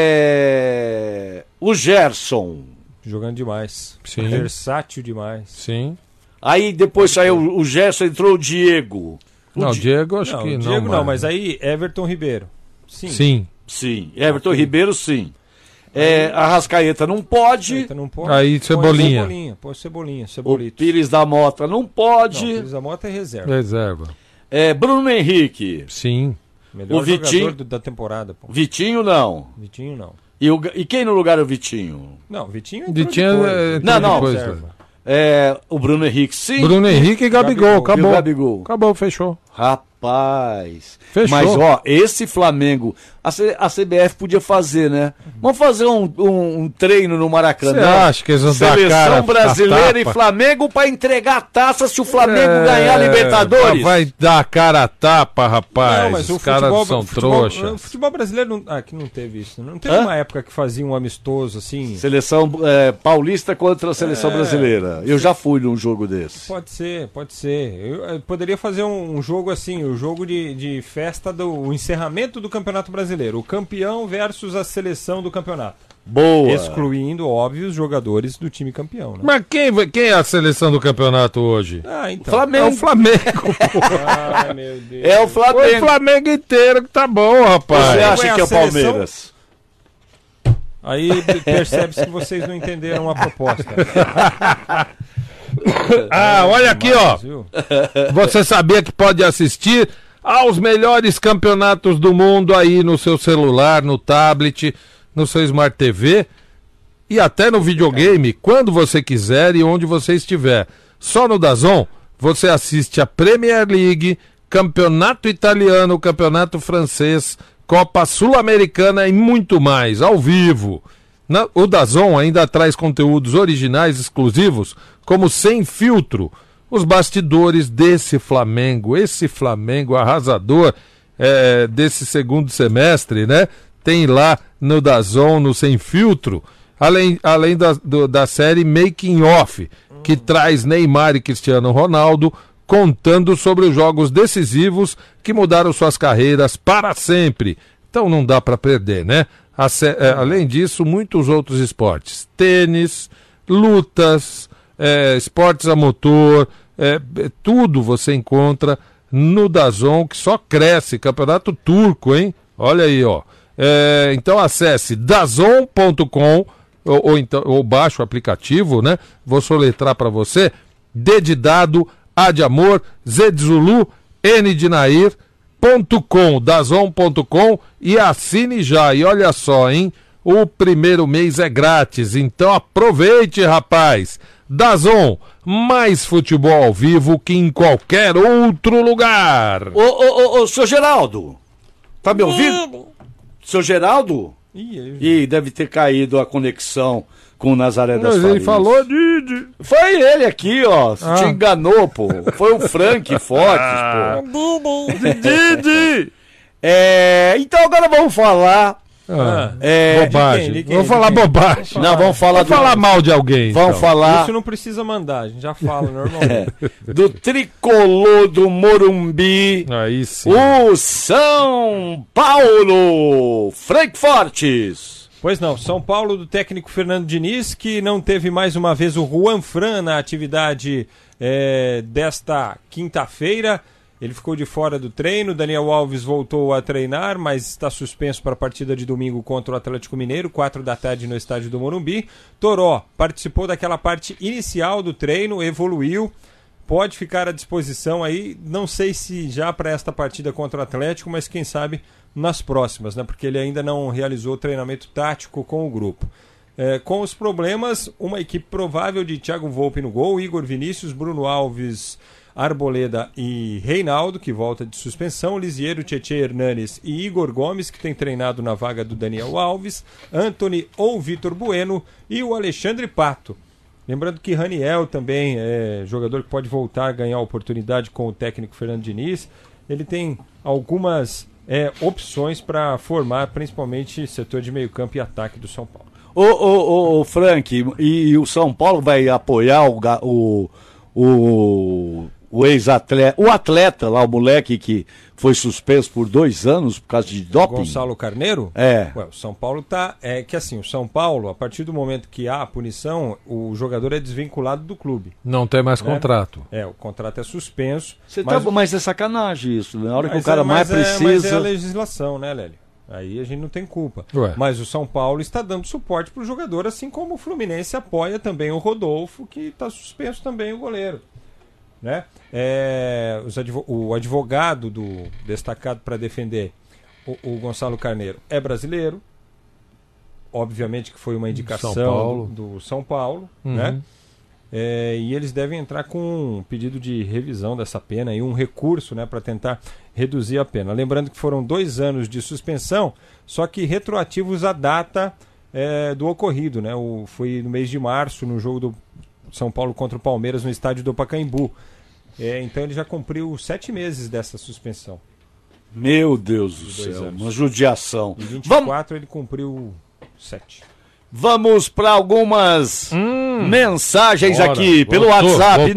O Gerson. Jogando demais. Sim. Versátil demais. Sim. Aí depois saiu o Gerson, entrou o Diego. O Diego acho que não. Diego não, mas aí Everton Ribeiro. Sim. Everton Ribeiro, sim. Arrascaeta não pode. Aí Cebolinha. Põe Cebolinha. O Pires da Mota não pode. Não, o Pires da Mota é reserva. Bruno Henrique. Sim. Melhor o Vitinho jogador da temporada. Pô. Vitinho não. E quem no lugar é o Vitinho? Não, Vitinho não. O Bruno Henrique, sim. Bruno Henrique e Gabigol. Acabou. Gabigol. Acabou, fechou. Rapaz. Fechou. Mas, esse Flamengo, a CBF podia fazer, né? Vamos fazer um treino no Maracanã. Você acha que eles vão dar Seleção brasileira e Flamengo pra entregar a taça se o Flamengo ganhar a Libertadores? Vai dar a cara a tapa, rapaz. Não, mas os caras são trouxas. O futebol brasileiro aqui não teve isso. Não teve uma época que fazia um amistoso assim. Seleção paulista contra a seleção brasileira. Eu já fui num jogo desse. Pode ser. Eu poderia fazer um jogo assim, o jogo de festa do encerramento do Campeonato Brasileiro. O campeão versus a seleção do campeonato. Boa. Excluindo, óbvio, os jogadores do time campeão. Né? Mas quem é a seleção do campeonato hoje? Então. Flamengo. É o Flamengo. Ai, meu Deus. É o Flamengo. O Flamengo inteiro que tá bom, rapaz. Você acha que é o Palmeiras? Aí percebe-se que vocês não entenderam a proposta. Olha aqui, ó. Você sabia que pode assistir aos melhores campeonatos do mundo aí no seu celular, no tablet, no seu Smart TV e até no videogame, quando você quiser e onde você estiver. Só no DAZN você assiste a Premier League, Campeonato Italiano, Campeonato Francês, Copa Sul-Americana e muito mais, ao vivo. O DAZN ainda traz conteúdos originais exclusivos, como Sem Filtro, os bastidores desse Flamengo, esse Flamengo arrasador desse segundo semestre, né? Tem lá no DAZN, no Sem Filtro, além da série Making Off, que traz Neymar e Cristiano Ronaldo contando sobre os jogos decisivos que mudaram suas carreiras para sempre. Então não dá para perder, né? Além disso, muitos outros esportes. Tênis, lutas, esportes a motor, tudo você encontra no DAZN, que só cresce. Campeonato turco, hein? Olha aí, ó. Então acesse dazn.com ou baixe o aplicativo, né? Vou soletrar para você. D de dado, A de amor, Z de Zulu, N de Nair.com, dazn.com, e assine já. E olha só, hein? O primeiro mês é grátis, então aproveite, rapaz. DAZN, mais futebol ao vivo que em qualquer outro lugar. Ô, seu Geraldo, Tá me ouvindo? Seu Geraldo? Ih, deve ter caído a conexão com o Nazaré das Farias. Ele falou Didi. Foi ele aqui, ó. Te enganou, pô. Foi o Frank Fortes, pô. Didi! Então agora vamos falar... bobagem. Vamos falar bobagem. Não, vamos falar mal de alguém. Vamos falar. Isso não precisa mandar, a gente já fala normalmente. Do tricolor do Morumbi. Aí sim. O São Paulo. Frank Fortes. Pois não, São Paulo do técnico Fernando Diniz, que não teve mais uma vez o Juan Fran na atividade desta quinta-feira. Ele ficou de fora do treino, Daniel Alves voltou a treinar, mas está suspenso para a partida de domingo contra o Atlético Mineiro, 16h no estádio do Morumbi. Toró participou daquela parte inicial do treino, evoluiu, pode ficar à disposição aí, não sei se já para esta partida contra o Atlético, mas quem sabe nas próximas, né? Porque ele ainda não realizou o treinamento tático com o grupo. Com os problemas, uma equipe provável de Thiago Volpi no gol, Igor Vinícius, Bruno Alves, Arboleda e Reinaldo, que volta de suspensão, Lisiero, Tietê Hernanes e Igor Gomes, que tem treinado na vaga do Daniel Alves, Antony ou Vitor Bueno e o Alexandre Pato. Lembrando que Raniel também é jogador que pode voltar a ganhar oportunidade com o técnico Fernando Diniz. Ele tem algumas opções para formar, principalmente setor de meio campo e ataque do São Paulo. Ô Frank, e o São Paulo vai apoiar o ex-atleta, o atleta lá, o moleque que foi suspenso por 2 anos por causa de doping? Gonçalo Carneiro? O São Paulo tá... o São Paulo, a partir do momento que há a punição, o jogador é desvinculado do clube. Não tem mais contrato. O contrato é suspenso. Mas é sacanagem isso, na hora que o cara mais precisa... Mas é a legislação, né, Lélio? Aí a gente não tem culpa. Mas o São Paulo está dando suporte para o jogador, assim como o Fluminense apoia também o Rodolfo, que está suspenso também, o goleiro. Né? O advogado destacado para defender o Gonçalo Carneiro é brasileiro. Obviamente que foi uma indicação do São Paulo. Né? E eles devem entrar com um pedido de revisão dessa pena e um recurso, né, para tentar reduzir a pena. Lembrando que foram 2 anos de suspensão, só que retroativos à data do ocorrido. Né? Foi no mês de março, no jogo do São Paulo contra o Palmeiras, no estádio do Pacaembu. Então ele já cumpriu 7 meses dessa suspensão. Meu Deus do céu, uma judiação. Em 24 ele cumpriu 7. Vamos para algumas mensagens aqui pelo WhatsApp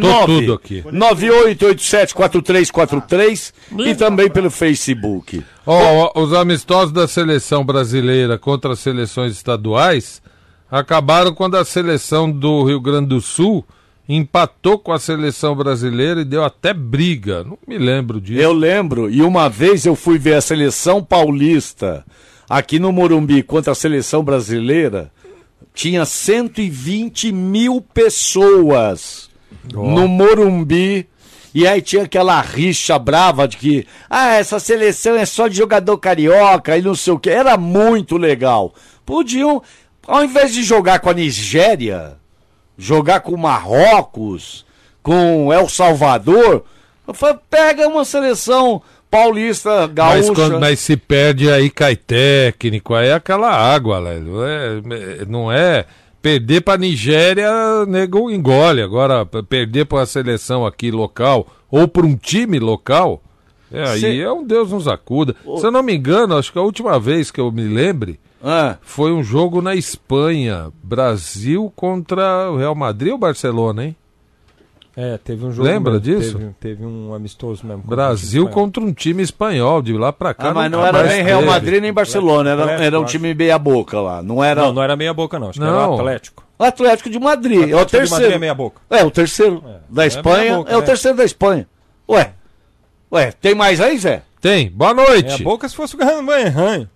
98874343 e também pelo Facebook. Os amistosos da seleção brasileira contra as seleções estaduais acabaram quando a seleção do Rio Grande do Sul empatou com a seleção brasileira e deu até briga. Não me lembro disso. Eu lembro, e uma vez eu fui ver a seleção paulista aqui no Morumbi contra a seleção brasileira. Tinha 120 mil pessoas no Morumbi. E aí tinha aquela rixa brava de que essa seleção é só de jogador carioca e não sei o que. Era muito legal. Podiam, ao invés de jogar com a Nigéria, jogar com o Marrocos, com El Salvador, pega uma seleção paulista, gaúcha. Mas se perde aí, cai técnico, aí é aquela água, Lélio. Não é perder pra Nigéria, nego engole. Agora, perder pra uma seleção aqui local, ou pra um time local, aí é um Deus nos acuda. Se eu não me engano, acho que a última vez que eu me lembre, foi um jogo na Espanha, Brasil contra o Real Madrid ou Barcelona, hein? Teve um jogo. Lembra disso? Teve um amistoso mesmo. Brasil contra um time espanhol, de lá pra cá. Mas não era nem Real Madrid nem Barcelona, era um time meia boca lá. Não era meia boca, não. Acho que era o Atlético. O Atlético de Madrid. É o terceiro. De Madrid é meia boca. O terceiro da Espanha. É o terceiro da Espanha. Ué, tem mais aí, Zé? Tem. Boa noite. Meia boca se fosse o Garranho.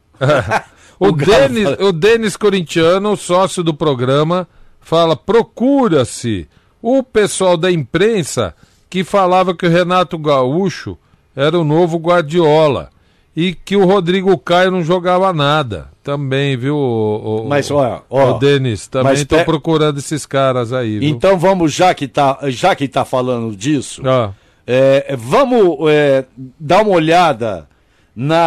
O Denis Corintiano, sócio do programa, fala: procura-se o pessoal da imprensa que falava que o Renato Gaúcho era o novo Guardiola e que o Rodrigo Caio não jogava nada. Também, viu, o Denis? Também estou procurando esses caras aí, viu? Então vamos, já que tá falando disso, vamos dar uma olhada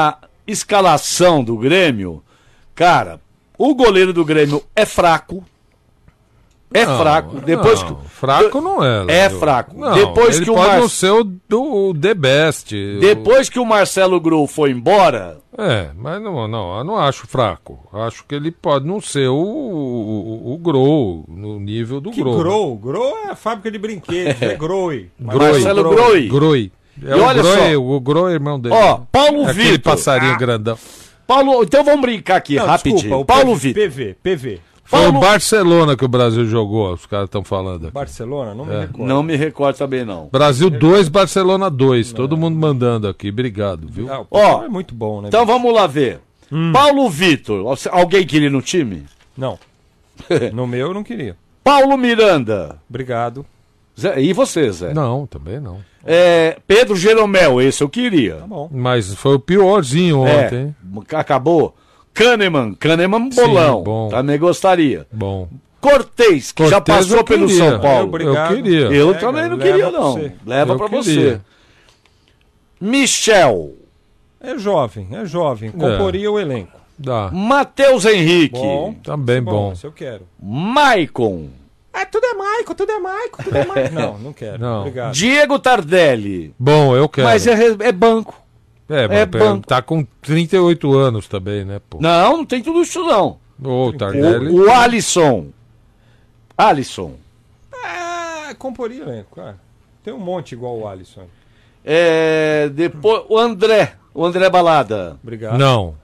escalação do Grêmio, cara, o goleiro do Grêmio é fraco. Fraco. Depois que fraco não é. É fraco. Não, depois ele que pode não ser o The Best. Depois que o Marcelo Grou foi embora... mas eu não acho fraco. Acho que ele pode não ser o Grou, no nível do Grou. Grou? Grou é a fábrica de brinquedos, é Groi. Marcelo Groi. É o Groi é irmão dele. Ó, Paulo Vitor. Aquele passarinho grandão. Paulo, então vamos brincar aqui rapidinho. Desculpa, Paulo Vitor. PV. Foi o Barcelona que o Brasil jogou, os caras estão falando aqui. Barcelona? Não me recordo. Não me recordo também, não. Brasil 2, Barcelona 2. Todo mundo mandando aqui. Obrigado, viu? É muito bom, né? Então vamos lá ver. Paulo Vitor. Alguém queria no time? Não. No meu eu não queria. Paulo Miranda. Obrigado. Zé, e você, Zé? Não, também não. Pedro Jeromel, esse eu queria. Tá bom. Mas foi o piorzinho ontem. Acabou. Kahneman bolão. Sim, bom. Também gostaria. Bom. Cortez, que já passou pelo São Paulo. Eu queria. Eu também não queria, não. Leva pra você. Michel. É jovem. Comporia o elenco. Dá. Matheus Henrique. Bom. Também bom. Isso eu quero. Maicon. Tudo é Maicon. Não quero. Não. Obrigado. Diego Tardelli. Bom, eu quero. Mas é banco. Banco. Tá com 38 anos também, né, pô? Não tem tudo isso, não. O Tardelli. O Alisson. Comporia o elenco, cara. Tem um monte igual o Alisson. Depois, o André Balada. Obrigado. Não.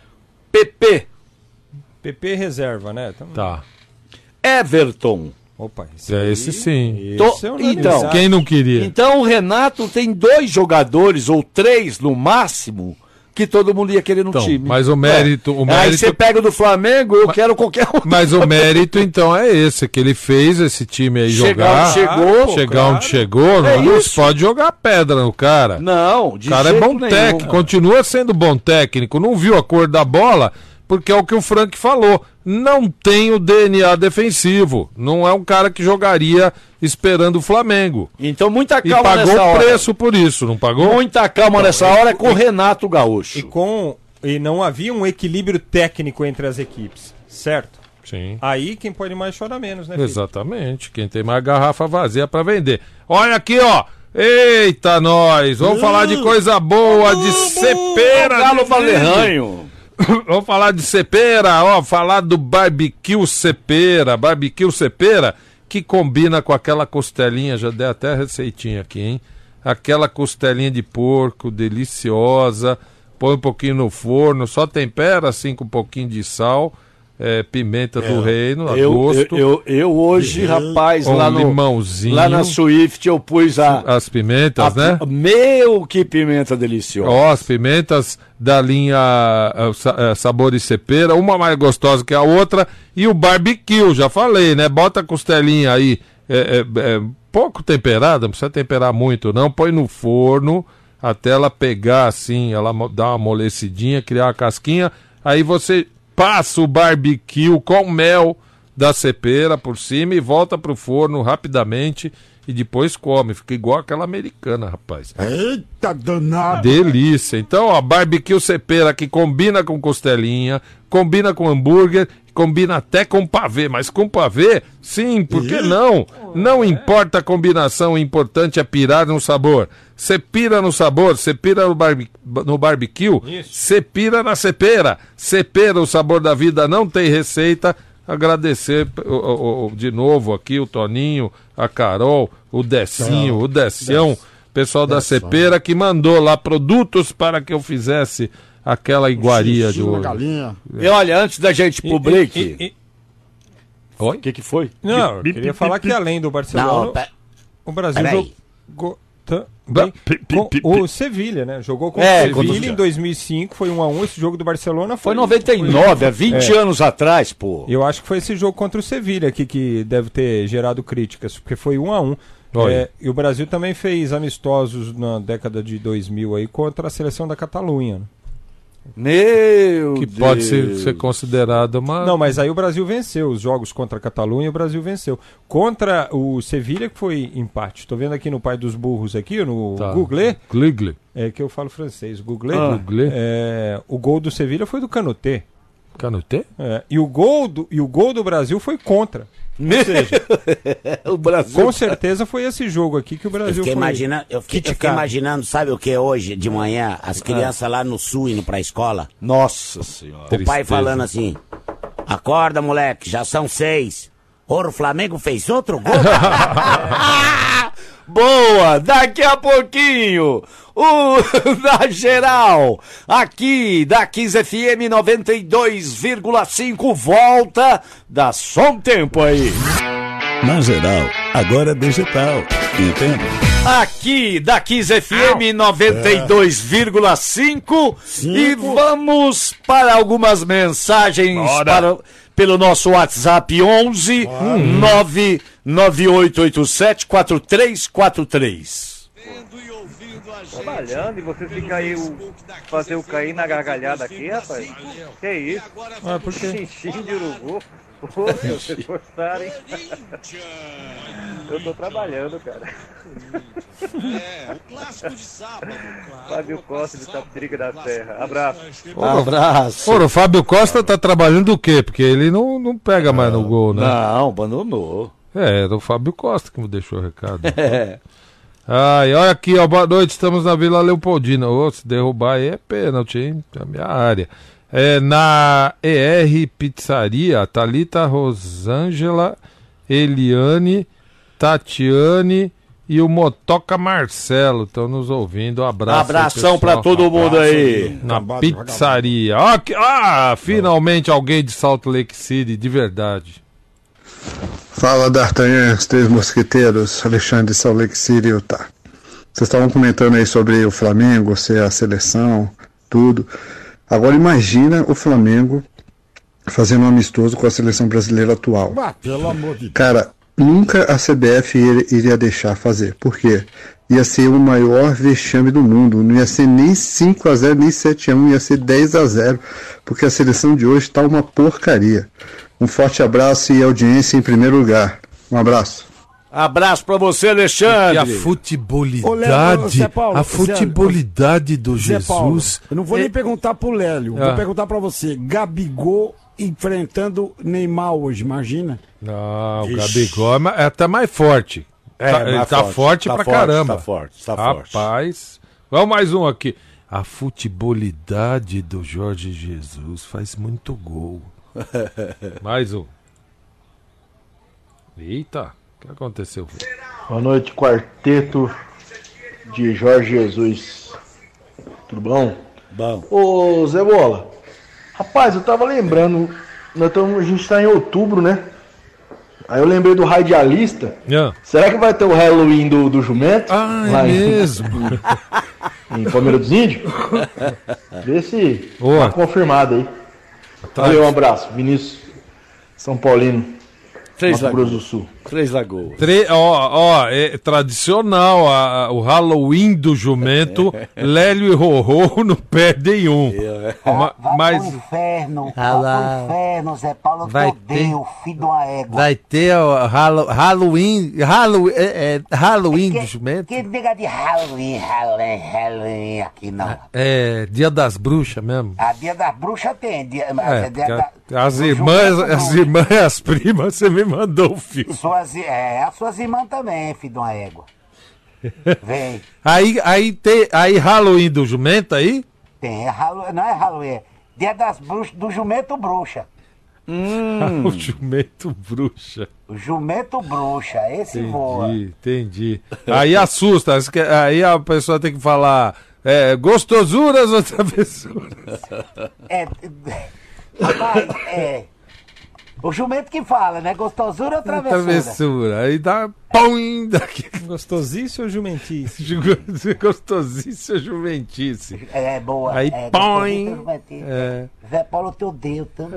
PP reserva, né? Tá. Everton. Opa, Esse sim. Então, quem não queria? Então o Renato tem 2 jogadores, ou 3 no máximo, que todo mundo ia querer no time. Mas o mérito... Aí você pega do Flamengo, eu quero qualquer um. Mas o mérito, então, é esse, que ele fez esse time aí jogar. Chegar onde chegou, não se pode jogar pedra no cara. Não, de jeito nenhum. O cara é bom técnico, continua sendo bom técnico, não viu a cor da bola... Porque é o que o Frank falou, não tem o DNA defensivo, não é um cara que jogaria esperando o Flamengo. Então muita calma nessa hora. E pagou o preço por isso, não pagou? Muita calma nessa hora com o Renato Gaúcho. E não havia um equilíbrio técnico entre as equipes, certo? Sim. Aí quem pode mais chora menos, né, filho? Exatamente, quem tem mais garrafa vazia para vender. Olha aqui, ó. Eita, nós, vamos falar de coisa boa, de cepera. Galo Valerranho. Vamos falar de cepera, falar do barbecue cepera, que combina com aquela costelinha, já dei até a receitinha aqui, hein? Aquela costelinha de porco deliciosa, põe um pouquinho no forno, só tempera assim com um pouquinho de sal, pimenta do reino, a gosto. Eu hoje, rapaz, lá no limãozinho. Lá na Swift eu pus as pimentas, né? Meu, que pimenta deliciosa. As pimentas da linha Sabor e Cepera, uma mais gostosa que a outra, e o barbecue, já falei, né? Bota a costelinha aí, pouco temperada, não precisa temperar muito não, põe no forno até ela pegar assim, ela dá uma amolecidinha, criar uma casquinha, aí você passa o barbecue com mel da cepera por cima e volta pro forno rapidamente e depois come. Fica igual aquela americana, rapaz. Eita danado! Delícia. Então, ó, barbecue cepera que combina com costelinha, combina com hambúrguer, combina até com pavê. Mas com pavê, sim, por que não? Não importa a combinação, o importante é pirar no sabor. Você pira no sabor, você pira no barbecue, você pira na cepera. Cepera, o sabor da vida, não tem receita. Agradecer de novo aqui o Toninho, a Carol, o Decinho, o Decião, pessoal da Cepera que mandou lá produtos para que eu fizesse aquela iguaria de hoje. E olha, antes da gente publique... Oi? O que foi? Não, eu queria falar que além do Barcelona, o Brasil jogou... O Sevilha, né? Jogou com o Sevilha em 2005, foi 1-1. Esse jogo do Barcelona foi 99, há 20 anos atrás, pô. Eu acho que foi esse jogo contra o Sevilha aqui que deve ter gerado críticas, porque foi 1-1. E o Brasil também fez amistosos na década de 2000 aí contra a seleção da Catalunha. Né? Meu que Deus. pode ser considerada uma... Não, mas aí o Brasil venceu. Os jogos contra a Catalunha, o Brasil venceu. Contra o Sevilha, que foi empate. Estou vendo aqui no Pai dos Burros, aqui no Google. É que eu falo francês. Google. O gol do Sevilha foi do Canutê. Canutê? E o gol do Brasil foi contra. Ou seja, o Brasil... com certeza foi esse jogo aqui que o Brasil eu fiquei imaginando, sabe o que hoje, de manhã, as crianças lá no sul indo pra escola. Nossa Senhora. O pai falando assim, acorda moleque, já são 6. O Flamengo fez outro gol. Boa, daqui a pouquinho, na geral, aqui da 15 FM 92,5, volta, dá só um tempo aí. Na geral, agora é digital, entende? Aqui da 15 FM 92,5 e vamos para algumas mensagens pelo nosso WhatsApp 11 99887-4343. Trabalhando e você fica aí fazer o cair na gargalhada aqui, rapaz? Que isso? Por quê? Xixi de urubu. Pô, vocês gostaram, hein? Eu tô trabalhando, cara. O clássico de sábado. Fábio Costa de Tapirica da Serra. Abraço. Abraço. O Fábio Costa tá trabalhando o quê? Porque ele não pega mais no gol, né? Não, abandonou. Era o Fábio Costa que me deixou o recado. Olha aqui, ó, boa noite, estamos na Vila Leopoldina. Se derrubar aí é pênalti, hein? É a minha área. Na ER Pizzaria, Thalita, Rosângela, Eliane, Tatiane e o Motoca Marcelo estão nos ouvindo. Abração para todo mundo aí. Na pizzaria. Finalmente alguém de Salt Lake City, de verdade. Fala, D'Artagnan, os 3 mosqueteiros, Alexandre de Salt Lake City, Utah. Vocês estavam comentando aí sobre o Flamengo, ser a seleção, tudo. Agora imagina o Flamengo fazendo um amistoso com a seleção brasileira atual. Pelo amor de Deus. Cara, nunca a CBF iria deixar fazer. Por quê? Ia ser o maior vexame do mundo. Não ia ser nem 5-0, nem 7-1, ia ser 10-0. Porque a seleção de hoje tá uma porcaria. Um forte abraço e audiência em primeiro lugar. Um abraço. Abraço pra você, Alexandre. E a futebolidade do Jesus. Paulo, eu não vou nem perguntar pro Lélio, vou perguntar pra você. Gabigol enfrentando Neymar hoje, imagina? Não, o Gabigol é até mais forte. Ele tá forte pra caramba. Tá forte. Rapaz, vamos mais um aqui. A futebolidade do Jorge Jesus faz muito gol. Mais um. Eita. O que aconteceu? Boa noite, quarteto de Jorge Jesus. Tudo bom? Bom. Ô, Zé Bola, rapaz, eu tava lembrando, a gente tá em outubro, né? Aí eu lembrei do Radialista. Será que vai ter o Halloween do Jumento? É mesmo? Em Palmeira dos Índios? Vê se tá confirmado aí. Valeu, um abraço. Vinícius, São Paulino. Mato Grosso do Sul. 3 Lagoas. É tradicional o Halloween do jumento. Lélio e Rorô não perdem um. Vai pro inferno, Zé Paulo, eu odeio, filho de uma égua. Vai ter o Halloween do jumento. Que nega de Halloween aqui não. É dia das bruxas mesmo. A dia das bruxas tem. As irmãs e as primas, você me mandou o filme. As suas irmãs também, filho de uma égua. Vem. Aí Halloween do jumento aí? Tem, não é Halloween, é dia das bruxas, do jumento bruxa. O jumento bruxa. O jumento bruxa, esse voa. Entendi. Aí assusta, aí a pessoa tem que falar gostosuras ou travessuras? Rapaz, o jumento que fala, né? Gostosura ou travessura? Travessura. Aí dá pão daqui. Gostosice ou jumentice? Gostosice ou jumentice? Boa. Aí põe. Zé Paulo, eu te odeio tanto.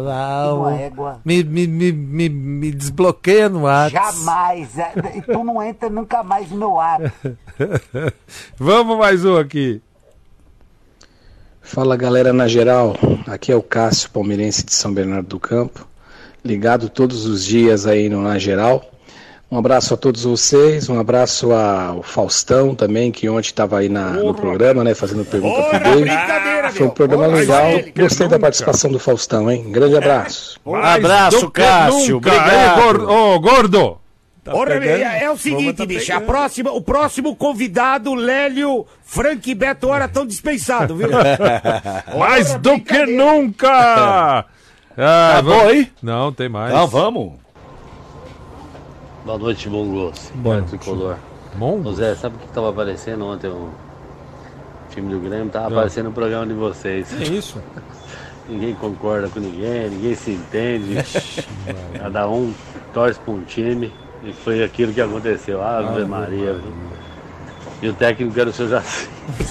Me desbloqueia no ar. Jamais. Tu não entra nunca mais no meu ar. Vamos mais um aqui. Fala galera na geral, aqui é o Cássio, palmeirense de São Bernardo do Campo, ligado todos os dias aí no Na Geral. Um abraço a todos vocês, um abraço ao Faustão também, que ontem estava aí no programa, né, fazendo pergunta pro David. Foi um programa legal, gostei da participação do Faustão, hein? Grande abraço. Abraço, Cássio, obrigado. Ô, gordo! É o seguinte, bicho, o próximo convidado, Lélio, Frank e Beto Hora estão dispensados, viu? Mais do que nunca! Acabou aí? Não, tem mais. Não, vamos. Boa noite, bom gosto. Bom tricolor. Bom. Zé, sabe o que estava aparecendo ontem? O time do Grêmio estava aparecendo no programa de vocês. É isso? Ninguém concorda com ninguém se entende. Cada um torce para um time. E foi aquilo que aconteceu. Ave Maria. E o técnico era o seu Jacinto.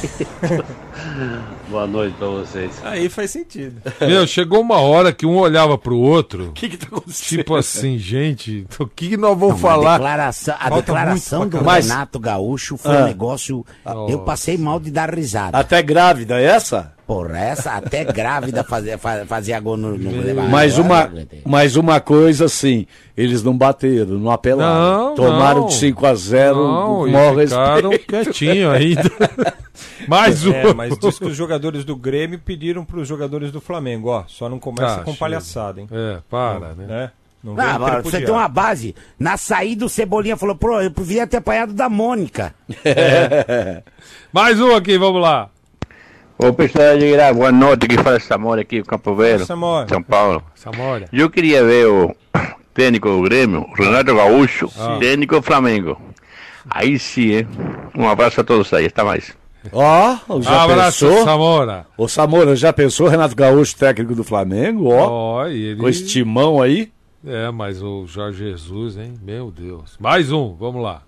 Boa noite pra vocês. Aí faz sentido. Meu, chegou uma hora que um olhava pro outro. O que tá acontecendo? Tipo assim, gente, o que nós vamos falar? A declaração do Renato Gaúcho foi um negócio. Eu passei mal de dar risada. Até grávida, essa? Porra, essa até grávida fazia gol no Mas uma coisa assim, eles não bateram, não apelaram. Tomaram de 5-0 com o maior ficaram quietinho ainda. Mas diz que os jogadores do Grêmio pediram para os jogadores do Flamengo, ó, só não começa com palhaçada, hein? Né? Não você tem uma base. Na saída o Cebolinha falou, eu podia ter apanhado da Mônica. Mais um aqui, vamos lá. Ô pessoal de Irá, boa noite, que fala Samora aqui, Campo Velho, São Paulo. Samora. Eu queria ver o técnico do Grêmio, Renato Gaúcho, técnico do Flamengo. Aí sim, hein? Um abraço a todos aí, até mais. Já abraço, pensou? Samora. Ô Samora, já pensou Renato Gaúcho, técnico do Flamengo? Com esse timão aí? Mas o Jorge Jesus, hein? Meu Deus. Mais um, vamos lá.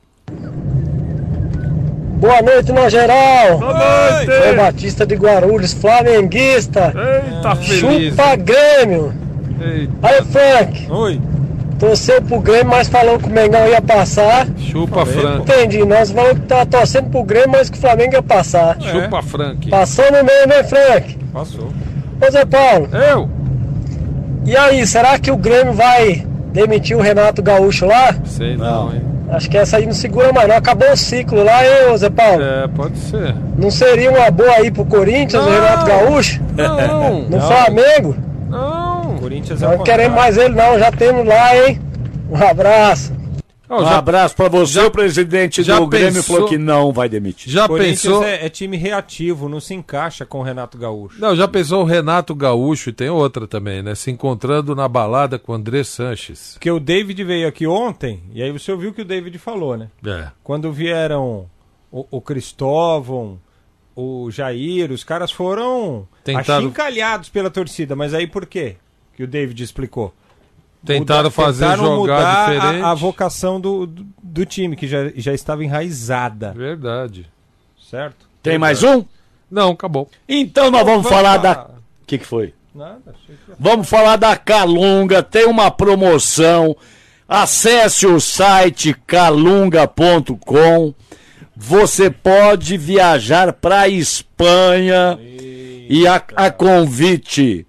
Boa noite, na geral. Boa noite. Sou Batista de Guarulhos, flamenguista. Eita, feliz. Chupa Grêmio. Eita. Aí, Frank. Oi. Torceu pro Grêmio, mas falou que o Mengão ia passar. Chupa, Frank. Entendi, nós falamos que tava torcendo pro Grêmio, mas que o Flamengo ia passar. Chupa, Frank. Passou no meio, né, Frank? Passou. Ô, Zé Paulo. Eu? E aí, será que o Grêmio vai demitir o Renato Gaúcho lá? Sei não, hein? Acho que essa aí não segura mais, não. Acabou o ciclo lá, hein, Zé Paulo? Pode ser. Não seria uma boa aí pro Corinthians, o Renato Gaúcho? Não. No Flamengo? Não. Corinthians não queremos mais ele, não. Já temos lá, hein? Um abraço. Um abraço pra você, o presidente do Grêmio falou que não vai demitir. Já pensou? É time reativo, não se encaixa com o Renato Gaúcho. Não, já pensou o Renato Gaúcho, e tem outra também, né? Se encontrando na balada com o André Sanches. Porque o David veio aqui ontem, e aí você ouviu o que o David falou, né? Quando vieram o Cristóvão, o Jair, os caras foram achincalhados pela torcida, mas aí por quê? Que o David explicou. Tentaram jogar diferente. A vocação do time, que já estava enraizada. Verdade. Certo? Tem mais um? Não, acabou. Então nós vamos falar da... O que foi? Nada, achei que... Vamos falar da Calunga, tem uma promoção. Acesse o site calunga.com. Você pode viajar para a Espanha e a convite...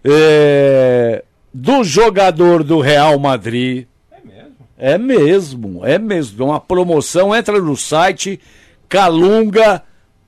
do jogador do Real Madrid. É mesmo. Uma promoção, entra no site calunga.com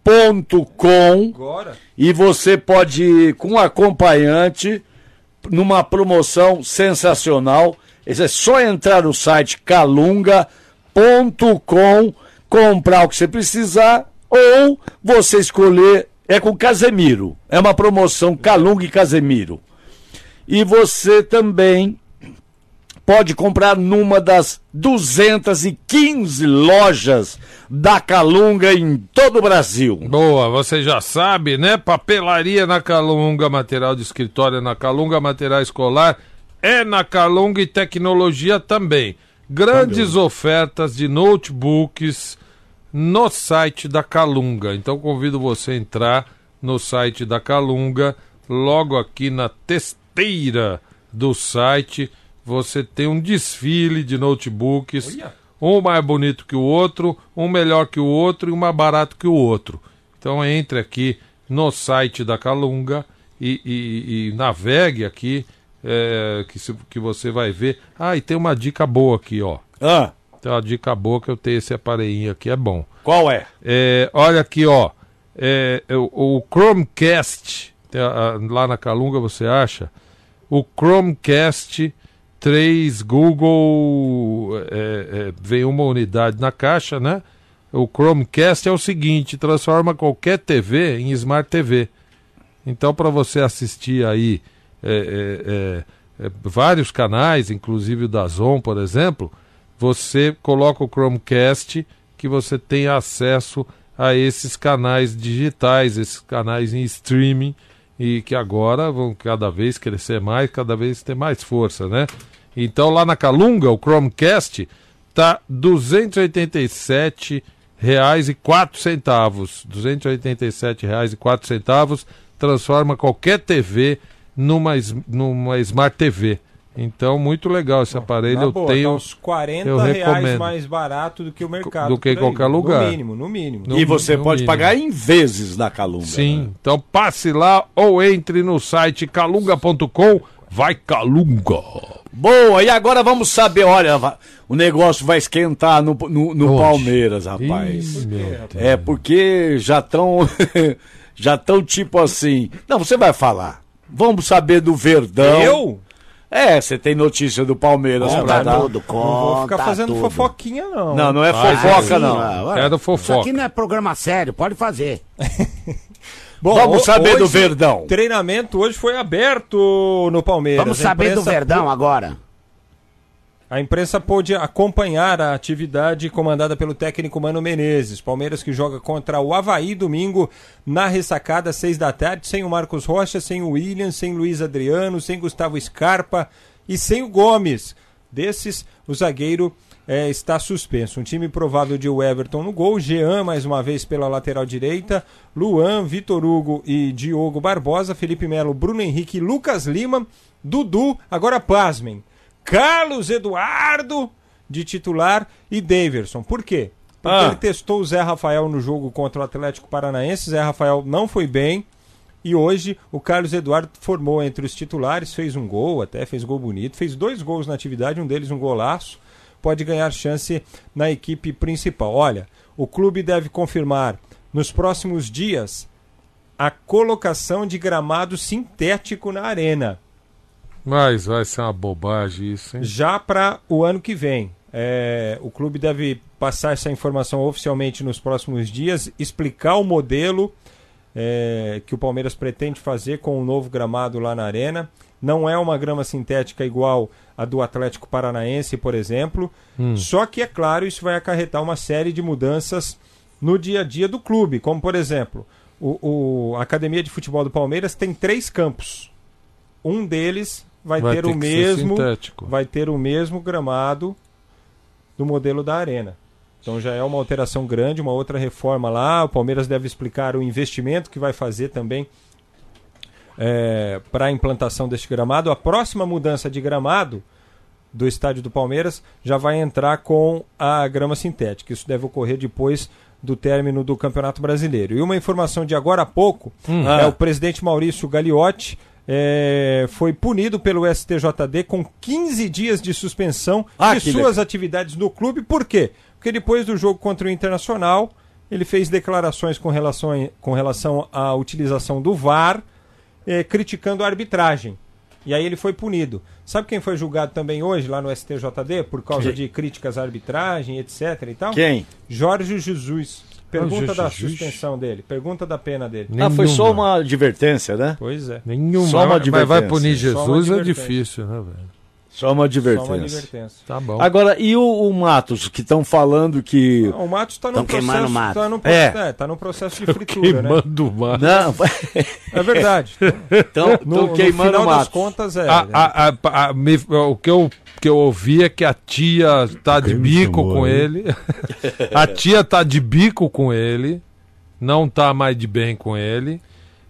e você pode ir com acompanhante numa promoção sensacional. É só entrar no site calunga.com, comprar o que você precisar ou você escolher, com Casemiro. É uma promoção Calunga e Casemiro. E você também pode comprar numa das 215 lojas da Calunga em todo o Brasil. Boa, você já sabe, né? Papelaria na Calunga, material de escritório na Calunga, material escolar é na Calunga e tecnologia também. Grandes ofertas de notebooks no site da Calunga. Então convido você a entrar no site da Calunga, logo aqui na testeira do site, você tem um desfile de notebooks, um mais bonito que o outro, um melhor que o outro e um mais barato que o outro. Então entre aqui no site da Calunga e navegue aqui, que você vai ver. E tem uma dica boa aqui, ó. Tem uma dica boa que eu tenho, esse aparelhinho aqui, é bom. Qual é? Olha aqui, ó. O Chromecast, lá na Calunga você acha, o Chromecast 3 Google, vem uma unidade na caixa, né? O Chromecast é o seguinte, transforma qualquer TV em Smart TV. Então, para você assistir aí vários canais, inclusive o da Zon, por exemplo, você coloca o Chromecast, que você tem acesso a esses canais digitais, esses canais em streaming, e que agora vão cada vez crescer mais, cada vez ter mais força, né? Então, lá na Calunga, o Chromecast tá R$ 287,04. R$ 287,04, transforma qualquer TV numa Smart TV. Então, muito legal esse aparelho. Eu tenho. Tá uns R$40 mais barato do que o mercado. Do que em qualquer lugar. No mínimo. E você pode pagar em vezes na Calunga. Sim, né? Então passe lá ou entre no site calunga.com. Vai Calunga! Boa, e agora vamos saber, olha, o negócio vai esquentar no Palmeiras, rapaz. Porque já estão tipo assim. Não, você vai falar. Vamos saber do Verdão. Eu? Você tem notícia do Palmeiras pra dar. Não vou ficar fazendo fofoquinha, não. Não é fofoca, não. Quero fofoca. Isso aqui não é programa sério, pode fazer. Bom, vamos saber do Verdão. O treinamento hoje foi aberto no Palmeiras. Vamos saber do Verdão agora. A imprensa pôde acompanhar a atividade comandada pelo técnico Mano Menezes. Palmeiras que joga contra o Avaí domingo na ressacada, 18h, sem o Marcos Rocha, sem o William, sem Luiz Adriano, sem Gustavo Scarpa e sem o Gomes. Desses, o zagueiro está suspenso. Um time provável de Everton no gol, Jean mais uma vez pela lateral direita, Luan, Vitor Hugo e Diogo Barbosa, Felipe Melo, Bruno Henrique, Lucas Lima, Dudu, agora pasmem, Carlos Eduardo de titular e Daverson. Por quê? Porque ele testou o Zé Rafael no jogo contra o Atlético Paranaense, Zé Rafael não foi bem, e hoje o Carlos Eduardo formou entre os titulares, fez um gol, até fez gol bonito, fez 2 gols na atividade, um deles um golaço, pode ganhar chance na equipe principal. Olha, o clube deve confirmar nos próximos dias a colocação de gramado sintético na arena. Mas vai ser uma bobagem isso, hein? Já para o ano que vem. O clube deve passar essa informação oficialmente nos próximos dias, explicar o modelo que o Palmeiras pretende fazer com o novo gramado lá na arena. Não é uma grama sintética igual a do Atlético Paranaense, por exemplo. Só que, é claro, isso vai acarretar uma série de mudanças no dia a dia do clube. Como, por exemplo, a Academia de Futebol do Palmeiras tem 3 campos. Um deles vai ter o mesmo gramado do modelo da arena. Então já é uma alteração grande, uma outra reforma lá. O Palmeiras deve explicar o investimento que vai fazer também para a implantação deste gramado. A próxima mudança de gramado do estádio do Palmeiras já vai entrar com a grama sintética. Isso deve ocorrer depois do término do Campeonato Brasileiro. E uma informação de agora há pouco, o presidente Maurício Gagliotti foi punido pelo STJD com 15 dias de suspensão de suas atividades no clube. Por quê? Porque depois do jogo contra o Internacional, ele fez declarações com relação à utilização do VAR, criticando a arbitragem. E aí ele foi punido. Sabe quem foi julgado também hoje lá no STJD por causa de críticas à arbitragem, etc. e tal? Quem? Jorge Jesus. Pergunta da suspensão dele, pergunta da pena dele. Foi só uma advertência, né? Pois é. Nenhuma. Só uma advertência. Mas vai punir Jesus é difícil, né, velho? Só uma advertência. Tá bom. Agora, e o Matos, que estão falando que... O Matos está no processo... Tá no processo de fritura, queimando o Matos. Não. É verdade. Estão queimando o Matos. No final das contas, o que eu ouvi é que a tia tá de bico com ele. A tia tá de bico com ele. Não tá mais de bem com ele.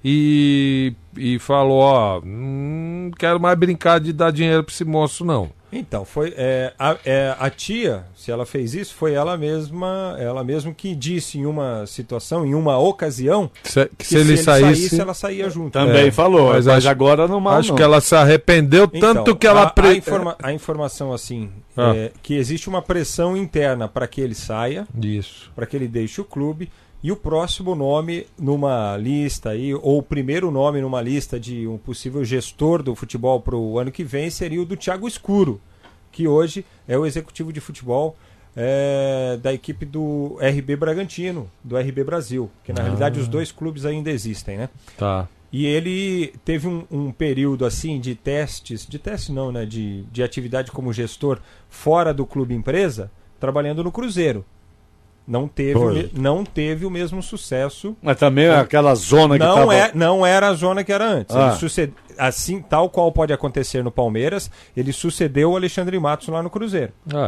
E falou, não quero mais brincar de dar dinheiro pra esse moço, não. Então, foi a tia, se ela fez isso, foi ela mesma que disse em uma situação, em uma ocasião, que se ele saísse, ela saía junto. Também falou, mas agora não mal. Acho que ela se arrependeu tanto então, que ela... A informação assim, que existe uma pressão interna para que ele saia, para que ele deixe o clube, e o próximo nome numa lista, aí, ou o primeiro nome numa lista de um possível gestor do futebol para o ano que vem seria o do Thiago Escuro, que hoje é o executivo de futebol da equipe do RB Bragantino, do RB Brasil, que na realidade os dois clubes ainda existem, né? Tá. E ele teve um período assim de atividade como gestor fora do clube empresa, trabalhando no Cruzeiro. Não teve o mesmo sucesso. Mas também aquela zona que não era a zona que era antes. Assim, tal qual pode acontecer no Palmeiras, ele sucedeu o Alexandre Matos lá no Cruzeiro.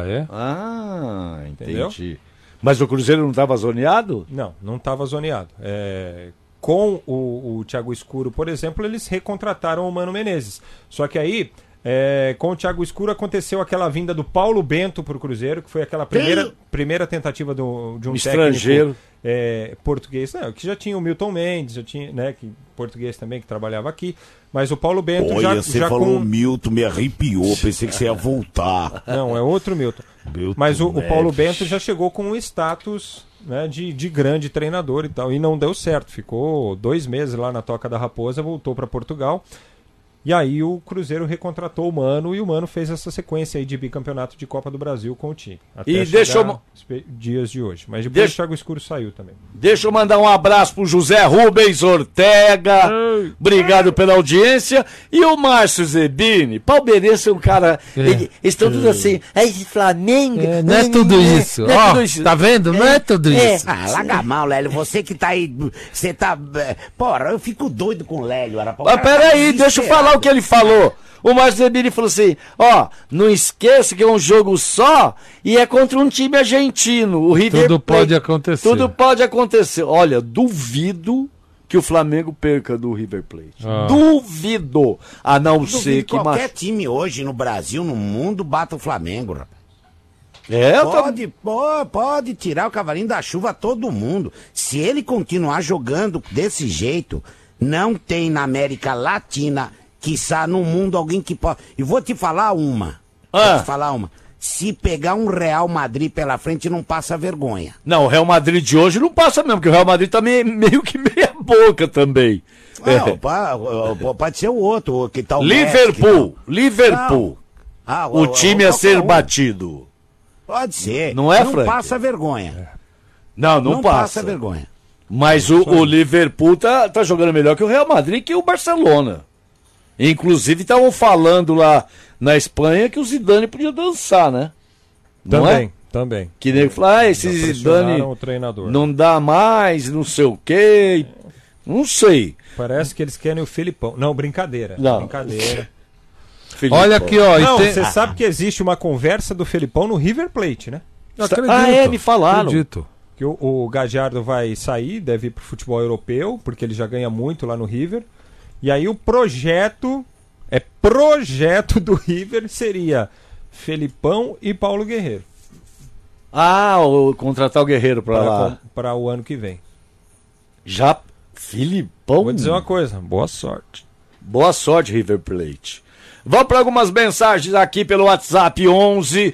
Entendi. Entendeu? Mas o Cruzeiro não estava zoneado? Não estava zoneado. Com o Thiago Escuro, por exemplo, eles recontrataram o Mano Menezes. Só que aí... com o Thiago Escuro aconteceu aquela vinda do Paulo Bento para o Cruzeiro, que foi aquela primeira tentativa de um estrangeiro português, que já tinha o Milton Mendes, já tinha, né, que português também que trabalhava aqui, mas o Paulo Bento você falou Milton, me arrepiou, pensei que você ia voltar. Não, é outro Milton. Mas o Paulo Bento já chegou com um status, né, de grande treinador e tal, e não deu certo, ficou 2 meses lá na Toca da Raposa, voltou para Portugal. E aí o Cruzeiro recontratou o Mano e o Mano fez essa sequência aí de bicampeonato de Copa do Brasil com o time. Até dias de hoje. Mas depois o Thiago Escuro saiu também. Deixa eu mandar um abraço pro José Rubens Ortega. Obrigado pela audiência. E o Márcio Zebini, palmeirense é um cara... Eles estão tudo assim, Flamengo... não é tudo isso. Tá vendo? Não é tudo isso. Larga mal, Lélio. Você que tá aí... Você tá... Porra, eu fico doido com o Lélio. Mas peraí, deixa eu falar o que ele falou. O Márcio Zebini falou assim, não esqueça que é um jogo só e é contra um time argentino, o River Plate. Tudo pode acontecer. Tudo pode acontecer. Olha, duvido que o Flamengo perca do River Plate. Duvido. A não ser que... Qualquer time hoje no Brasil, no mundo, bata o Flamengo, rapaz. Pode tirar o cavalinho da chuva a todo mundo. Se ele continuar jogando desse jeito... Não tem na América Latina, quiçá no mundo, alguém que pode... E vou te falar uma. Se pegar um Real Madrid pela frente, não passa vergonha. Não, o Real Madrid de hoje não passa mesmo, porque o Real Madrid tá meio que meia boca também. Pode ser o outro, que tá o Liverpool. O time a ser batido. Pode ser. Não é, Frank? Não passa vergonha. Não passa vergonha. Mas o Liverpool tá jogando melhor que o Real Madrid, que o Barcelona. Inclusive estavam falando lá na Espanha que o Zidane podia dançar, né? Também. Que nem falar, esse Zidane não dá mais, não sei o quê. Não sei. Parece que eles querem o Felipão. Não, brincadeira. Brincadeira. Felipão. Olha aqui, você sabe que existe uma conversa do Felipão no River Plate, né? Me falaram. Acredito. Que o Gallardo vai sair, deve ir pro futebol europeu, porque ele já ganha muito lá no River. E aí o projeto do River seria Felipão e Paulo Guerreiro. Contratar o Guerreiro lá. Para o ano que vem. Já Felipão? Vou dizer uma coisa, boa sorte. Boa sorte, River Plate. Vamos para algumas mensagens aqui pelo WhatsApp 11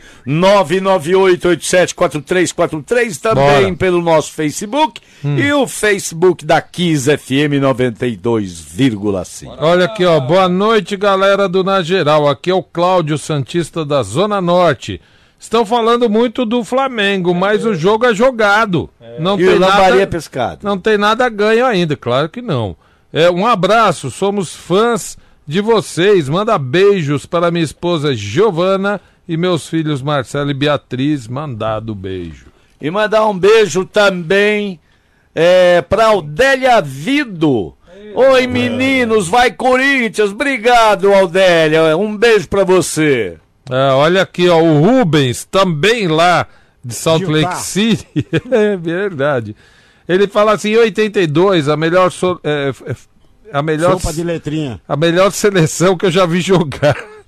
998874343, também pelo nosso Facebook e o Facebook da Kiss FM 92,5. Olha aqui, boa noite, galera do Na Geral. Aqui é o Cláudio Santista da Zona Norte. Estão falando muito do Flamengo, mas o jogo é jogado. Não tem nada pescado. Não tem nada ganho ainda, claro que não. Um abraço, somos fãs de vocês. Manda beijos para minha esposa Giovana e meus filhos Marcelo e Beatriz. Mandado beijo. E mandar um beijo também para Aldélia Vido. Oi, meninos, vai Corinthians. Obrigado, Aldélia. Um beijo para você. Olha aqui, o Rubens, também lá de Salt Lake City. É verdade. Ele fala assim, em 82, a melhor sopa de letrinha. A melhor seleção que eu já vi jogar.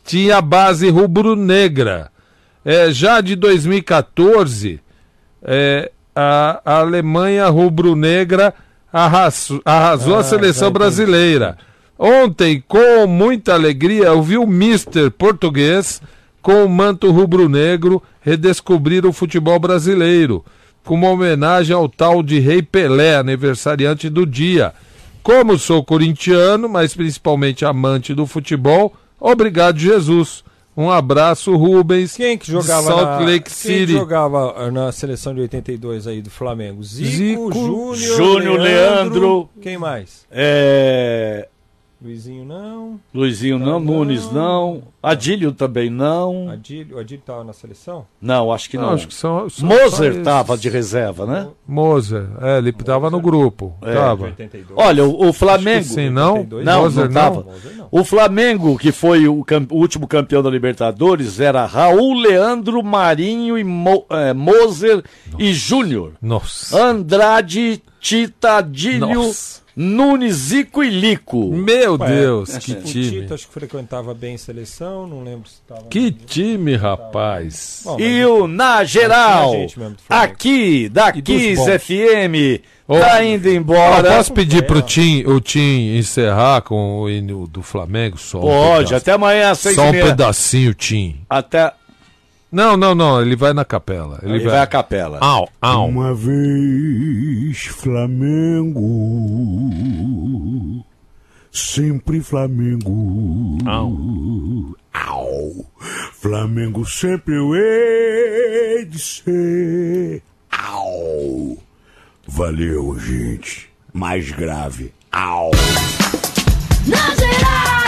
tinha base rubro-negra. Já de 2014, a Alemanha rubro-negra arrasou a seleção brasileira. Ontem, com muita alegria, eu vi o mister português com o manto rubro-negro redescobrir o futebol brasileiro, com uma homenagem ao tal de Rei Pelé, aniversariante do dia. Como sou corintiano, mas principalmente amante do futebol, obrigado, Jesus. Um abraço, Rubens. Quem que jogava Salt Lake City? Quem jogava na seleção de 82 aí do Flamengo? Zico, Júnior, Leandro. Quem mais? Luizinho não. Nunes não. Adílio também não. Adílio tava na seleção? Não, acho que não. Acho que são Moser tava de reserva, né? Moser, ele tava no grupo. Tava. Olha, o Flamengo... Sim, não? Não tava. O Flamengo, que foi o último campeão da Libertadores, era Raul, Leandro, Marinho, e Moser e Júnior. Nossa. Andrade, Tita, Adílio... Nunes, Zico e Lico. Meu Deus, que time. O Tito acho que frequentava bem seleção, não lembro se estava... Que time, rapaz. Bom, e o Na Geral, aqui da Kiss FM, tá indo embora. Posso pedir pro o Tim encerrar com o hino do Flamengo? Só Pode, até amanhã às 6h30. Só um pedacinho, Tim. Até... Não, ele vai na capela. Ele vai à capela. Au. Uma vez Flamengo, sempre Flamengo. Au. Flamengo sempre eu hei de ser. Au. Valeu, gente. Mais grave. Au. Na Geral.